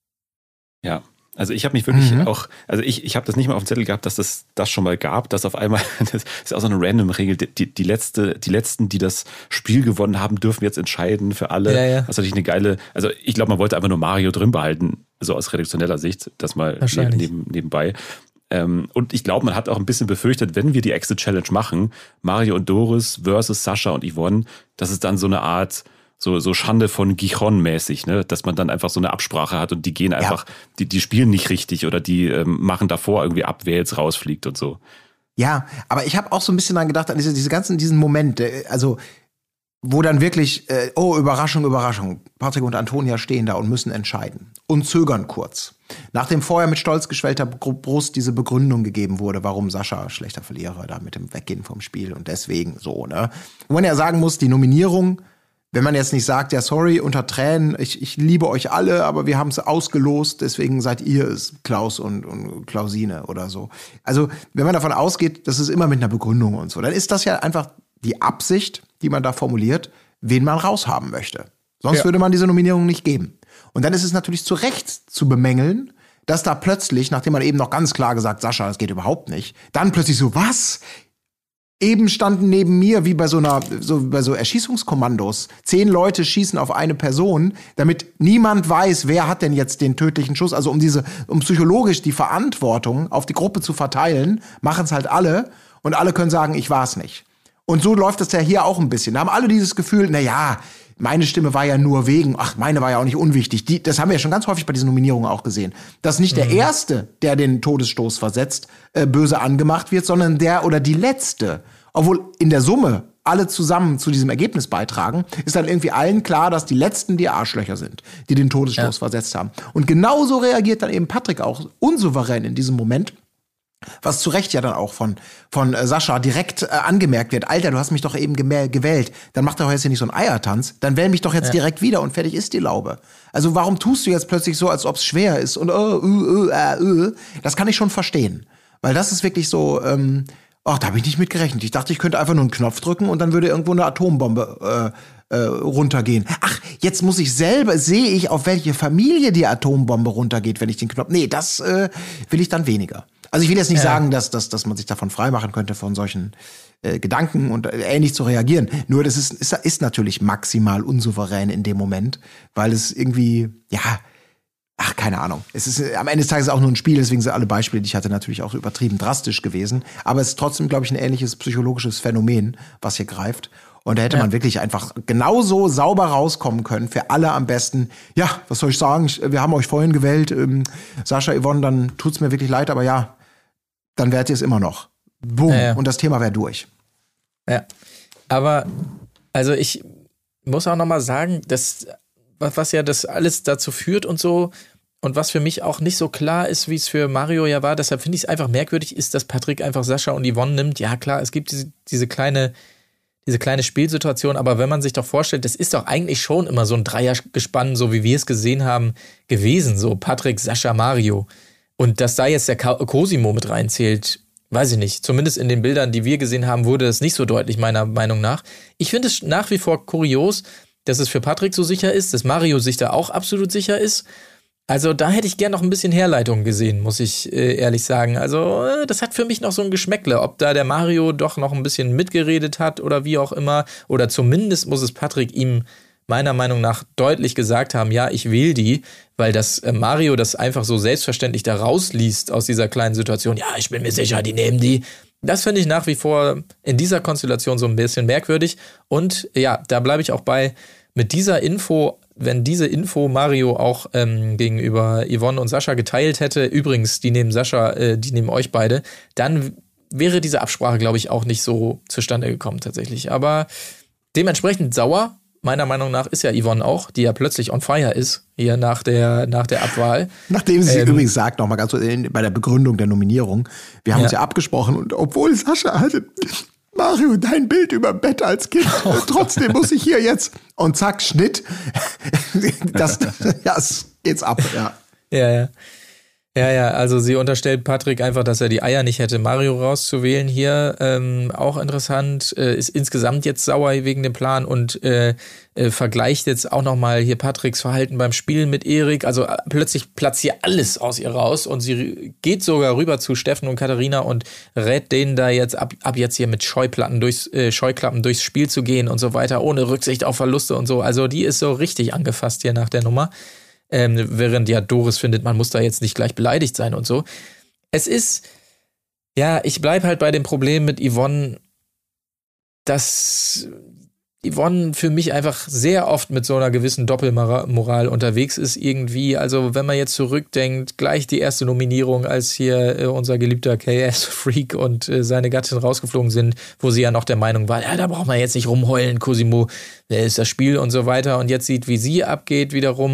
Ja, also ich habe mich wirklich Mhm. auch, also ich, ich habe das nicht mal auf dem Zettel gehabt, dass das das schon mal gab, dass auf einmal, das ist auch so eine random Regel, die, die, letzte, die letzten, die das Spiel gewonnen haben, dürfen jetzt entscheiden für alle. Ja, ja. Das ist natürlich eine geile, also ich glaube, man wollte einfach nur Mario drin behalten, so aus redaktioneller Sicht, das mal Wahrscheinlich. neben, nebenbei. Ähm, und ich glaube, man hat auch ein bisschen befürchtet, wenn wir die Exit-Challenge machen, Mario und Doris versus Sascha und Yvonne, dass es dann so eine Art so so Schande von Gijon mäßig, ne, dass man dann einfach so eine Absprache hat und die gehen einfach, ja. die die spielen nicht richtig oder die ähm, machen davor irgendwie ab, wer jetzt rausfliegt und so. Ja, aber ich habe auch so ein bisschen dran gedacht, an diese, diese ganzen, diesen Moment, äh, also wo dann wirklich, äh, oh, Überraschung, Überraschung, Patrick und Antonia stehen da und müssen entscheiden und zögern kurz. Nachdem vorher mit stolz geschwellter Brust diese Begründung gegeben wurde, warum Sascha schlechter Verlierer da mit dem Weggehen vom Spiel und deswegen so, ne. Wo man ja sagen muss, die Nominierung wenn man jetzt nicht sagt, ja, sorry, unter Tränen, ich, ich liebe euch alle, aber wir haben es ausgelost, deswegen seid ihr es, Klaus und, und Klausine oder so. Also, wenn man davon ausgeht, das ist immer mit einer Begründung und so, dann ist das ja einfach die Absicht, die man da formuliert, wen man raushaben möchte. Sonst ja. würde man diese Nominierung nicht geben. Und dann ist es natürlich zu Recht zu bemängeln, dass da plötzlich, nachdem man eben noch ganz klar gesagt, Sascha, das geht überhaupt nicht, dann plötzlich so, was? Eben standen neben mir, wie bei so einer, so bei so Erschießungskommandos, zehn Leute schießen auf eine Person, damit niemand weiß, wer hat denn jetzt den tödlichen Schuss. Also um diese, um psychologisch die Verantwortung auf die Gruppe zu verteilen, machen es halt alle und alle können sagen, ich war's nicht. Und so läuft das ja hier auch ein bisschen. Da haben alle dieses Gefühl, na ja, meine Stimme war ja nur wegen, ach, meine war ja auch nicht unwichtig. Die, das haben wir ja schon ganz häufig bei diesen Nominierungen auch gesehen. Dass nicht der Erste, der den Todesstoß versetzt, äh, böse angemacht wird, sondern der oder die Letzte. Obwohl in der Summe alle zusammen zu diesem Ergebnis beitragen, ist dann irgendwie allen klar, dass die Letzten die Arschlöcher sind, die den Todesstoß ja. versetzt haben. Und genauso reagiert dann eben Patrick auch unsouverän in diesem Moment. Was zu Recht ja dann auch von, von äh, Sascha direkt äh, angemerkt wird. Alter, du hast mich doch eben gemä- gewählt. Dann mach doch jetzt hier nicht so einen Eiertanz. Dann wähl mich doch jetzt ja. direkt wieder und fertig ist die Laube. Also warum tust du jetzt plötzlich so, als ob es schwer ist? Und oh, uh, uh, uh, uh. Das kann ich schon verstehen. Weil das ist wirklich so, ähm, ach, da habe ich nicht mit gerechnet. Ich dachte, ich könnte einfach nur einen Knopf drücken und dann würde irgendwo eine Atombombe äh, äh, runtergehen. Ach, jetzt muss ich selber, sehe ich, auf welche Familie die Atombombe runtergeht, wenn ich den Knopf... Nee, das äh, will ich dann weniger. Also ich will jetzt nicht ja. sagen, dass, dass, dass man sich davon freimachen könnte, von solchen äh, Gedanken und äh, ähnlich zu reagieren. Nur das ist, ist, ist natürlich maximal unsouverän in dem Moment, weil es irgendwie, ja, ach, keine Ahnung. Es ist am Ende des Tages auch nur ein Spiel, deswegen sind alle Beispiele, die ich hatte, natürlich auch übertrieben drastisch gewesen. Aber es ist trotzdem, glaube ich, ein ähnliches psychologisches Phänomen, was hier greift. Und da hätte ja. man wirklich einfach genauso sauber rauskommen können, für alle am besten. Ja, was soll ich sagen? Wir haben euch vorhin gewählt, ähm, Sascha, Yvonne, dann tut's mir wirklich leid, aber ja, dann wärt ihr es immer noch. Boom. Ja, ja. Und das Thema wäre durch. Ja, aber also ich muss auch noch mal sagen, dass, was ja das alles dazu führt und so, und was für mich auch nicht so klar ist, wie es für Mario ja war, deshalb finde ich es einfach merkwürdig, ist, dass Patrick einfach Sascha und Yvonne nimmt. Ja klar, es gibt diese, diese kleine diese kleine Spielsituation, aber wenn man sich doch vorstellt, das ist doch eigentlich schon immer so ein Dreiergespann, so wie wir es gesehen haben, gewesen, so Patrick, Sascha, Mario. Und dass da jetzt der Cosimo mit reinzählt, weiß ich nicht. Zumindest in den Bildern, die wir gesehen haben, wurde das nicht so deutlich, meiner Meinung nach. Ich finde es nach wie vor kurios, dass es für Patrick so sicher ist, dass Mario sich da auch absolut sicher ist. Also da hätte ich gern noch ein bisschen Herleitung gesehen, muss ich äh, ehrlich sagen. Also äh, das hat für mich noch so ein Geschmäckle, ob da der Mario doch noch ein bisschen mitgeredet hat oder wie auch immer. Oder zumindest muss es Patrick ihm meiner Meinung nach deutlich gesagt haben, ja, ich wähle die, weil das äh, Mario das einfach so selbstverständlich da rausliest aus dieser kleinen Situation. Ja, ich bin mir sicher, die nehmen die. Das finde ich nach wie vor in dieser Konstellation so ein bisschen merkwürdig. Und ja, da bleibe ich auch bei, mit dieser Info, wenn diese Info Mario auch ähm, gegenüber Yvonne und Sascha geteilt hätte, übrigens, die nehmen Sascha, äh, die nehmen euch beide, dann wäre diese Absprache, glaube ich, auch nicht so zustande gekommen tatsächlich. Aber dementsprechend sauer, meiner Meinung nach, ist ja Yvonne auch, die ja plötzlich on fire ist, hier nach der, nach der Abwahl. Nachdem sie ähm, übrigens sagt, noch mal ganz kurz, bei der Begründung der Nominierung, wir haben ja. uns ja abgesprochen und obwohl Sascha hatte... Mario, dein Bild über Bett als Kind. Oh, trotzdem muss ich hier jetzt. Und zack, Schnitt. Das, ja, es geht's ab, ja. Ja, ja. Ja, ja, also sie unterstellt Patrick einfach, dass er die Eier nicht hätte, Mario rauszuwählen hier. Ähm, auch interessant, äh, ist insgesamt jetzt sauer wegen dem Plan und äh, äh, vergleicht jetzt auch nochmal hier Patricks Verhalten beim Spielen mit Erik. Also äh, plötzlich platzt hier alles aus ihr raus und sie geht sogar rüber zu Steffen und Katharina und rät denen da jetzt ab, ab jetzt hier mit Scheuplatten durchs, äh, Scheuklappen durchs Spiel zu gehen und so weiter, ohne Rücksicht auf Verluste und so. Also die ist so richtig angefasst hier nach der Nummer. Ähm, während ja Doris findet, man muss da jetzt nicht gleich beleidigt sein und so. Es ist, ja, ich bleib halt bei dem Problem mit Yvonne, dass Yvonne für mich einfach sehr oft mit so einer gewissen Doppelmoral unterwegs ist irgendwie. Also wenn man jetzt zurückdenkt, gleich die erste Nominierung, als hier äh, unser geliebter K S-Freak und äh, seine Gattin rausgeflogen sind, wo sie ja noch der Meinung war, ja, da braucht man jetzt nicht rumheulen, Cosimo, wer ist das Spiel und so weiter. Und jetzt sieht, wie sie abgeht wiederum.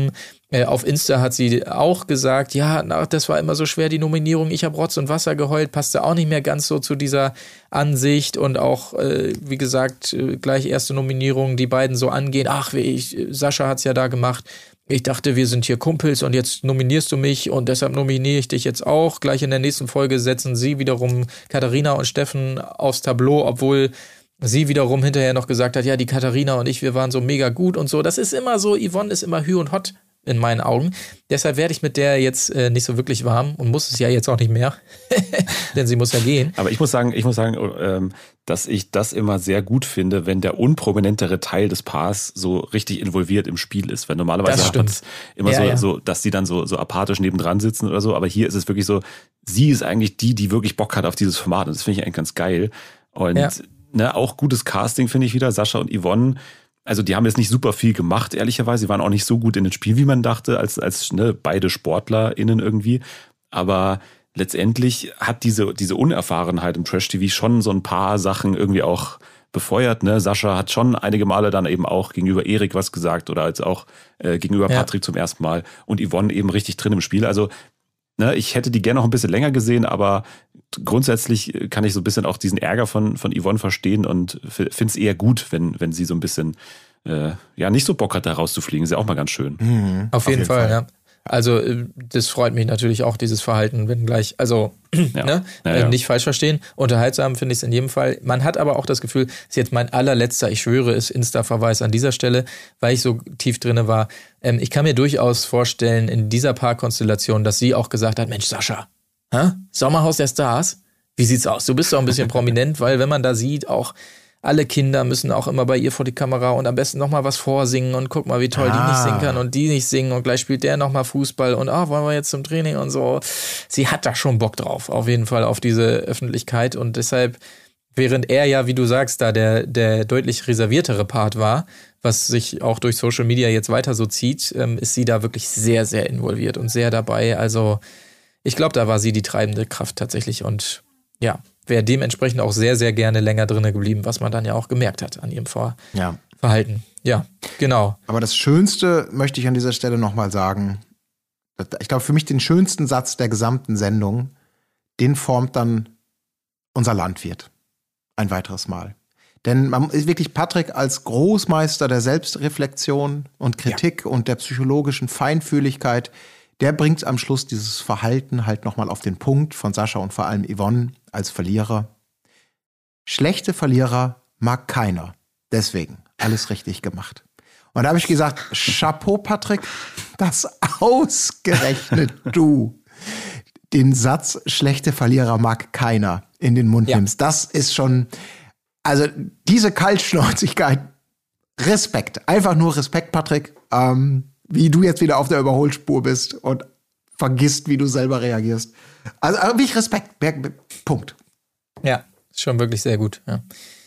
Äh, auf Insta hat sie auch gesagt, ja, na, das war immer so schwer, die Nominierung. Ich habe Rotz und Wasser geheult, passte auch nicht mehr ganz so zu dieser Ansicht. Und auch, äh, wie gesagt, äh, gleich erste Nominierung, die beiden so angehen. Ach, wie ich, Sascha hat's ja da gemacht. Ich dachte, wir sind hier Kumpels und jetzt nominierst du mich und deshalb nominiere ich dich jetzt auch. Gleich in der nächsten Folge setzen sie wiederum Katharina und Steffen aufs Tableau, obwohl sie wiederum hinterher noch gesagt hat, ja, die Katharina und ich, wir waren so mega gut und so. Das ist immer so, Yvonne ist immer hü und hot in meinen Augen. Deshalb werde ich mit der jetzt äh, nicht so wirklich warm und muss es ja jetzt auch nicht mehr, denn sie muss ja gehen. Aber ich muss sagen, ich muss sagen, ähm, dass ich das immer sehr gut finde, wenn der unprominentere Teil des Paars so richtig involviert im Spiel ist. Weil normalerweise hat man es immer ja, so, ja. so, dass die dann so, so apathisch nebendran sitzen oder so. Aber hier ist es wirklich so, sie ist eigentlich die, die wirklich Bock hat auf dieses Format. Und das finde ich eigentlich ganz geil. Und ja. ne, auch gutes Casting finde ich wieder. Sascha und Yvonne, also die haben jetzt nicht super viel gemacht, ehrlicherweise. Sie waren auch nicht so gut in dem Spiel, wie man dachte, als, als ne, beide SportlerInnen irgendwie. Aber letztendlich hat diese, diese Unerfahrenheit im Trash-T V schon so ein paar Sachen irgendwie auch befeuert. Ne? Sascha hat schon einige Male dann eben auch gegenüber Erik was gesagt oder als auch äh, gegenüber ja. Patrick zum ersten Mal. Und Yvonne eben richtig drin im Spiel. Also ne, ich hätte die gerne noch ein bisschen länger gesehen, aber grundsätzlich kann ich so ein bisschen auch diesen Ärger von, von Yvonne verstehen und finde es eher gut, wenn, wenn sie so ein bisschen äh, ja nicht so Bock hat, da rauszufliegen. Ist ja auch mal ganz schön. Mhm. Auf, Auf jeden, jeden Fall, Fall, ja. Also das freut mich natürlich auch, dieses Verhalten, wenn gleich, also ja. ne, ja, ja. nicht falsch verstehen, unterhaltsam finde ich es in jedem Fall. Man hat aber auch das Gefühl, das ist jetzt mein allerletzter, ich schwöre, ist Insta-Verweis an dieser Stelle, weil ich so tief drinne war. Ähm, ich kann mir durchaus vorstellen, in dieser Paarkonstellation, dass sie auch gesagt hat, Mensch Sascha, hä? Sommerhaus der Stars, wie sieht's aus? Du bist doch ein bisschen prominent, weil wenn man da sieht, auch alle Kinder müssen auch immer bei ihr vor die Kamera und am besten nochmal was vorsingen und guck mal, wie toll ah. die nicht singen kann und die nicht singen und gleich spielt der nochmal Fußball und ah, wollen wir jetzt zum Training und so. Sie hat da schon Bock drauf, auf jeden Fall auf diese Öffentlichkeit und deshalb, während er ja, wie du sagst, da der, der deutlich reserviertere Part war, was sich auch durch Social Media jetzt weiter so zieht, ähm, ist sie da wirklich sehr, sehr involviert und sehr dabei. Also ich glaube, da war sie die treibende Kraft tatsächlich und ja, wäre dementsprechend auch sehr, sehr gerne länger drinne geblieben, was man dann ja auch gemerkt hat an ihrem Vor- ja. Verhalten. Ja, genau. Aber das Schönste möchte ich an dieser Stelle nochmal sagen, ich glaube, für mich den schönsten Satz der gesamten Sendung, den formt dann unser Landwirt ein weiteres Mal. Denn man ist wirklich Patrick als Großmeister der Selbstreflexion und Kritik ja. und der psychologischen Feinfühligkeit, der bringt am Schluss dieses Verhalten halt nochmal auf den Punkt von Sascha und vor allem Yvonne als Verlierer. Schlechte Verlierer mag keiner. Deswegen alles richtig gemacht. Und da habe ich gesagt, Chapeau, Patrick, dass ausgerechnet du den Satz schlechte Verlierer mag keiner in den Mund ja. nimmst. Das ist schon, also diese Kaltschnäuzigkeit, Respekt. Einfach nur Respekt, Patrick. Ähm, wie du jetzt wieder auf der Überholspur bist und vergisst, wie du selber reagierst. Also wirklich Respekt. Punkt. Ja, ist schon wirklich sehr gut. Ja.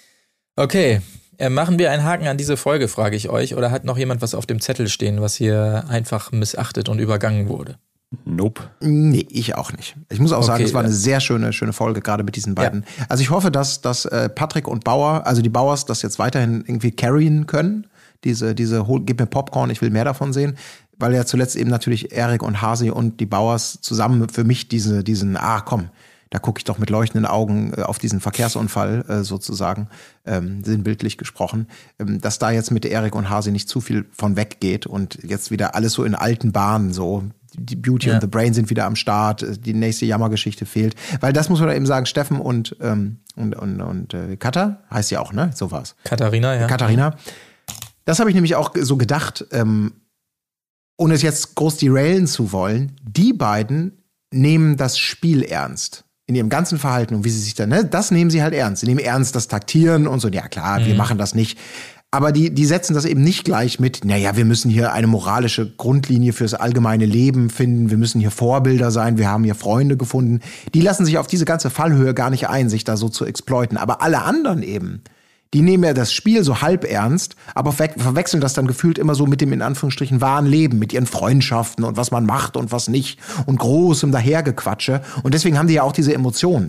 Okay, äh, machen wir einen Haken an diese Folge, frage ich euch. Oder hat noch jemand was auf dem Zettel stehen, was hier einfach missachtet und übergangen wurde? Nope. Nee, ich auch nicht. Ich muss auch okay, sagen, es war eine sehr schöne, schöne Folge, gerade mit diesen beiden. Ja. Also ich hoffe, dass, dass äh, Patrick und Bauer, also die Bauers, das jetzt weiterhin irgendwie carryen können. Diese, diese, hol, gib mir Popcorn, ich will mehr davon sehen. Weil ja zuletzt eben natürlich Erik und Hasi und die Bauers zusammen für mich diese, diesen, ah komm, da gucke ich doch mit leuchtenden Augen auf diesen Verkehrsunfall äh, sozusagen, ähm, sinnbildlich gesprochen, ähm, dass da jetzt mit Erik und Hasi nicht zu viel von weggeht und jetzt wieder alles so in alten Bahnen so. Die Beauty ja. und the Brain sind wieder am Start, die nächste Jammergeschichte fehlt. Weil das muss man eben sagen, Steffen und, ähm, und, und, und äh, Katha, heißt ja auch, ne? So war's. Katharina, ja. Katharina. Das habe ich nämlich auch so gedacht, ähm, ohne es jetzt groß derailen zu wollen, die beiden nehmen das Spiel ernst. In ihrem ganzen Verhalten und wie sie sich dann, ne, das nehmen sie halt ernst. Sie nehmen ernst das Taktieren und so, ja klar, mhm. wir machen das nicht. Aber die, die setzen das eben nicht gleich mit, naja, wir müssen hier eine moralische Grundlinie fürs allgemeine Leben finden, wir müssen hier Vorbilder sein, wir haben hier Freunde gefunden. Die lassen sich auf diese ganze Fallhöhe gar nicht ein, sich da so zu exploiten. Aber alle anderen eben, die nehmen ja das Spiel so halb ernst, aber verwechseln das dann gefühlt immer so mit dem in Anführungsstrichen wahren Leben, mit ihren Freundschaften und was man macht und was nicht und großem Dahergequatsche. Und deswegen haben die ja auch diese Emotionen.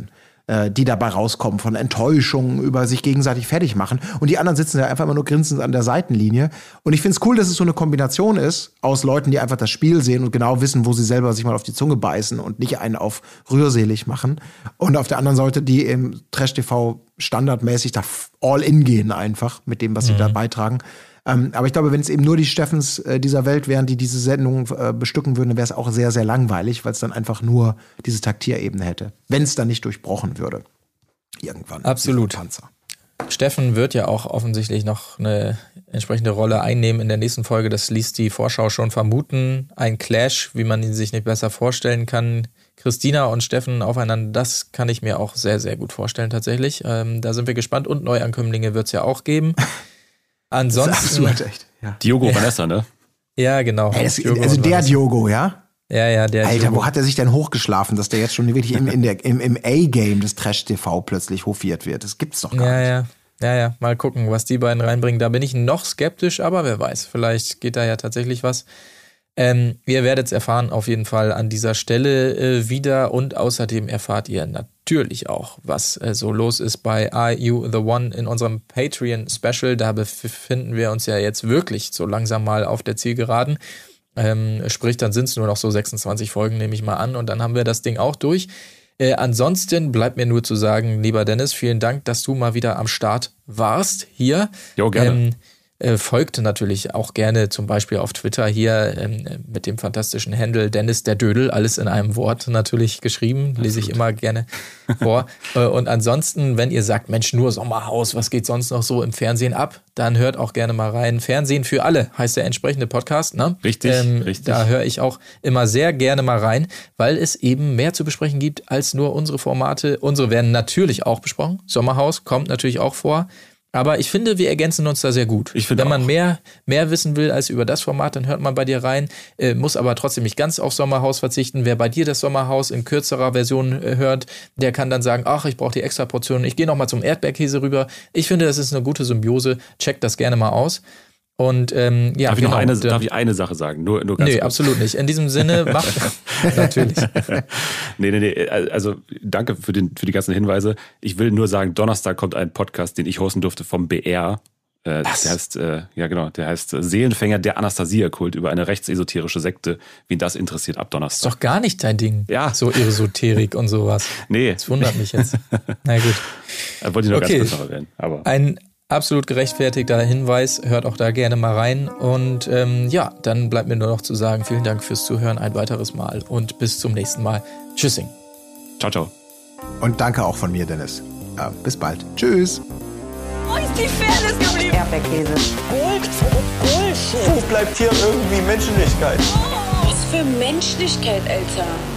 äh, die dabei rauskommen, von Enttäuschungen über sich gegenseitig fertig machen. Und die anderen sitzen ja einfach immer nur grinsend an der Seitenlinie. Und ich finde es cool, dass es so eine Kombination ist aus Leuten, die einfach das Spiel sehen und genau wissen, wo sie selber sich mal auf die Zunge beißen und nicht einen auf rührselig machen. Und auf der anderen Seite, die im Trash-T V standardmäßig da all in gehen einfach mit dem, was sie Mhm. da beitragen. Ähm, aber ich glaube, wenn es eben nur die Steffens äh, dieser Welt wären, die diese Sendung äh, bestücken würden, dann wäre es auch sehr, sehr langweilig, weil es dann einfach nur diese Taktierebene hätte. Wenn es dann nicht durchbrochen würde. Irgendwann. Absolut. Panzer. Steffen wird ja auch offensichtlich noch eine entsprechende Rolle einnehmen in der nächsten Folge. Das ließ die Vorschau schon vermuten. Ein Clash, wie man ihn sich nicht besser vorstellen kann. Christina und Steffen aufeinander, das kann ich mir auch sehr, sehr gut vorstellen tatsächlich. Ähm, da sind wir gespannt. Und Neuankömmlinge wird es ja auch geben. Ansonsten. Das ist absurd, echt. Ja. Diogo Ja. Vanessa, ne? Ja, genau. Ey, das, Diogo also und der Vanessa. Diogo, ja? Ja, ja, der Alter, Diogo. wo hat er sich denn hochgeschlafen, dass der jetzt schon wirklich im, in der, im, im A-Game des Trash-T V plötzlich hofiert wird? Das gibt's doch gar Ja, nicht. ja. Ja, ja, mal gucken, was die beiden reinbringen. Da bin ich noch skeptisch, aber wer weiß, vielleicht geht da ja tatsächlich was. Ähm, ihr werdet es erfahren, auf jeden Fall an dieser Stelle äh, wieder. Und außerdem erfahrt ihr natürlich auch, was äh, so los ist bei Are You The One in unserem Patreon-Special. Da befinden wir uns ja jetzt wirklich so langsam mal auf der Zielgeraden. Ähm, sprich, dann sind es nur noch so sechsundzwanzig Folgen, nehme ich mal an. Und dann haben wir das Ding auch durch. Äh, ansonsten bleibt mir nur zu sagen, lieber Dennis, vielen Dank, dass du mal wieder am Start warst hier. Jo, gerne. Ähm, äh, folgt natürlich auch gerne zum Beispiel auf Twitter hier ähm, mit dem fantastischen Handle Dennis der Dödel, alles in einem Wort natürlich geschrieben, lese ich immer gerne vor. äh, und ansonsten, wenn ihr sagt, Mensch, nur Sommerhaus, was geht sonst noch so im Fernsehen ab, dann hört auch gerne mal rein. Fernsehen für alle heißt der entsprechende Podcast, ne? Richtig, ähm, richtig. Da höre ich auch immer sehr gerne mal rein, weil es eben mehr zu besprechen gibt als nur unsere Formate. Unsere werden natürlich auch besprochen. Sommerhaus kommt natürlich auch vor. Aber ich finde, wir ergänzen uns da sehr gut. Ich finde Wenn man auch. mehr, mehr wissen will als über das Format, dann hört man bei dir rein, äh, muss aber trotzdem nicht ganz auf Sommerhaus verzichten. Wer bei dir das Sommerhaus in kürzerer Version äh, hört, der kann dann sagen, ach, ich brauche die extra Portion, ich gehe nochmal zum Erdbeerkäse rüber. Ich finde, das ist eine gute Symbiose. Checkt das gerne mal aus. Und ähm, ja, Darf ich genau. noch eine, Und, ähm, darf ich eine Sache sagen? Nur, nur ganz nee, kurz. absolut nicht. In diesem Sinne, macht natürlich. Nee, nee, nee. Also danke für, den, für die ganzen Hinweise. Ich will nur sagen, Donnerstag kommt ein Podcast, den ich hosten durfte vom B R. Äh, Was? Der heißt, äh, ja genau, der heißt Seelenfänger der Anastasia-Kult über eine rechtsesoterische Sekte. Wen das interessiert, ab Ist Donnerstag. doch gar nicht dein Ding. Ja. So Esoterik und sowas. Nee, Das wundert mich jetzt. Na gut. äh, wollte ich nur Okay. ganz kurz noch erwähnen. Aber Ein absolut gerechtfertigter Hinweis. Hört auch da gerne mal rein. Und ähm, ja, dann bleibt mir nur noch zu sagen, vielen Dank fürs Zuhören ein weiteres Mal und bis zum nächsten Mal. Tschüssing. ciao, ciao. Und danke auch von mir, Dennis. Ja, bis bald. Tschüss. Wo ist die Fairness geblieben? Erdbeerkäse. Gold, Bullshit. Wo bleibt hier irgendwie Menschlichkeit? Was für Menschlichkeit, Alter.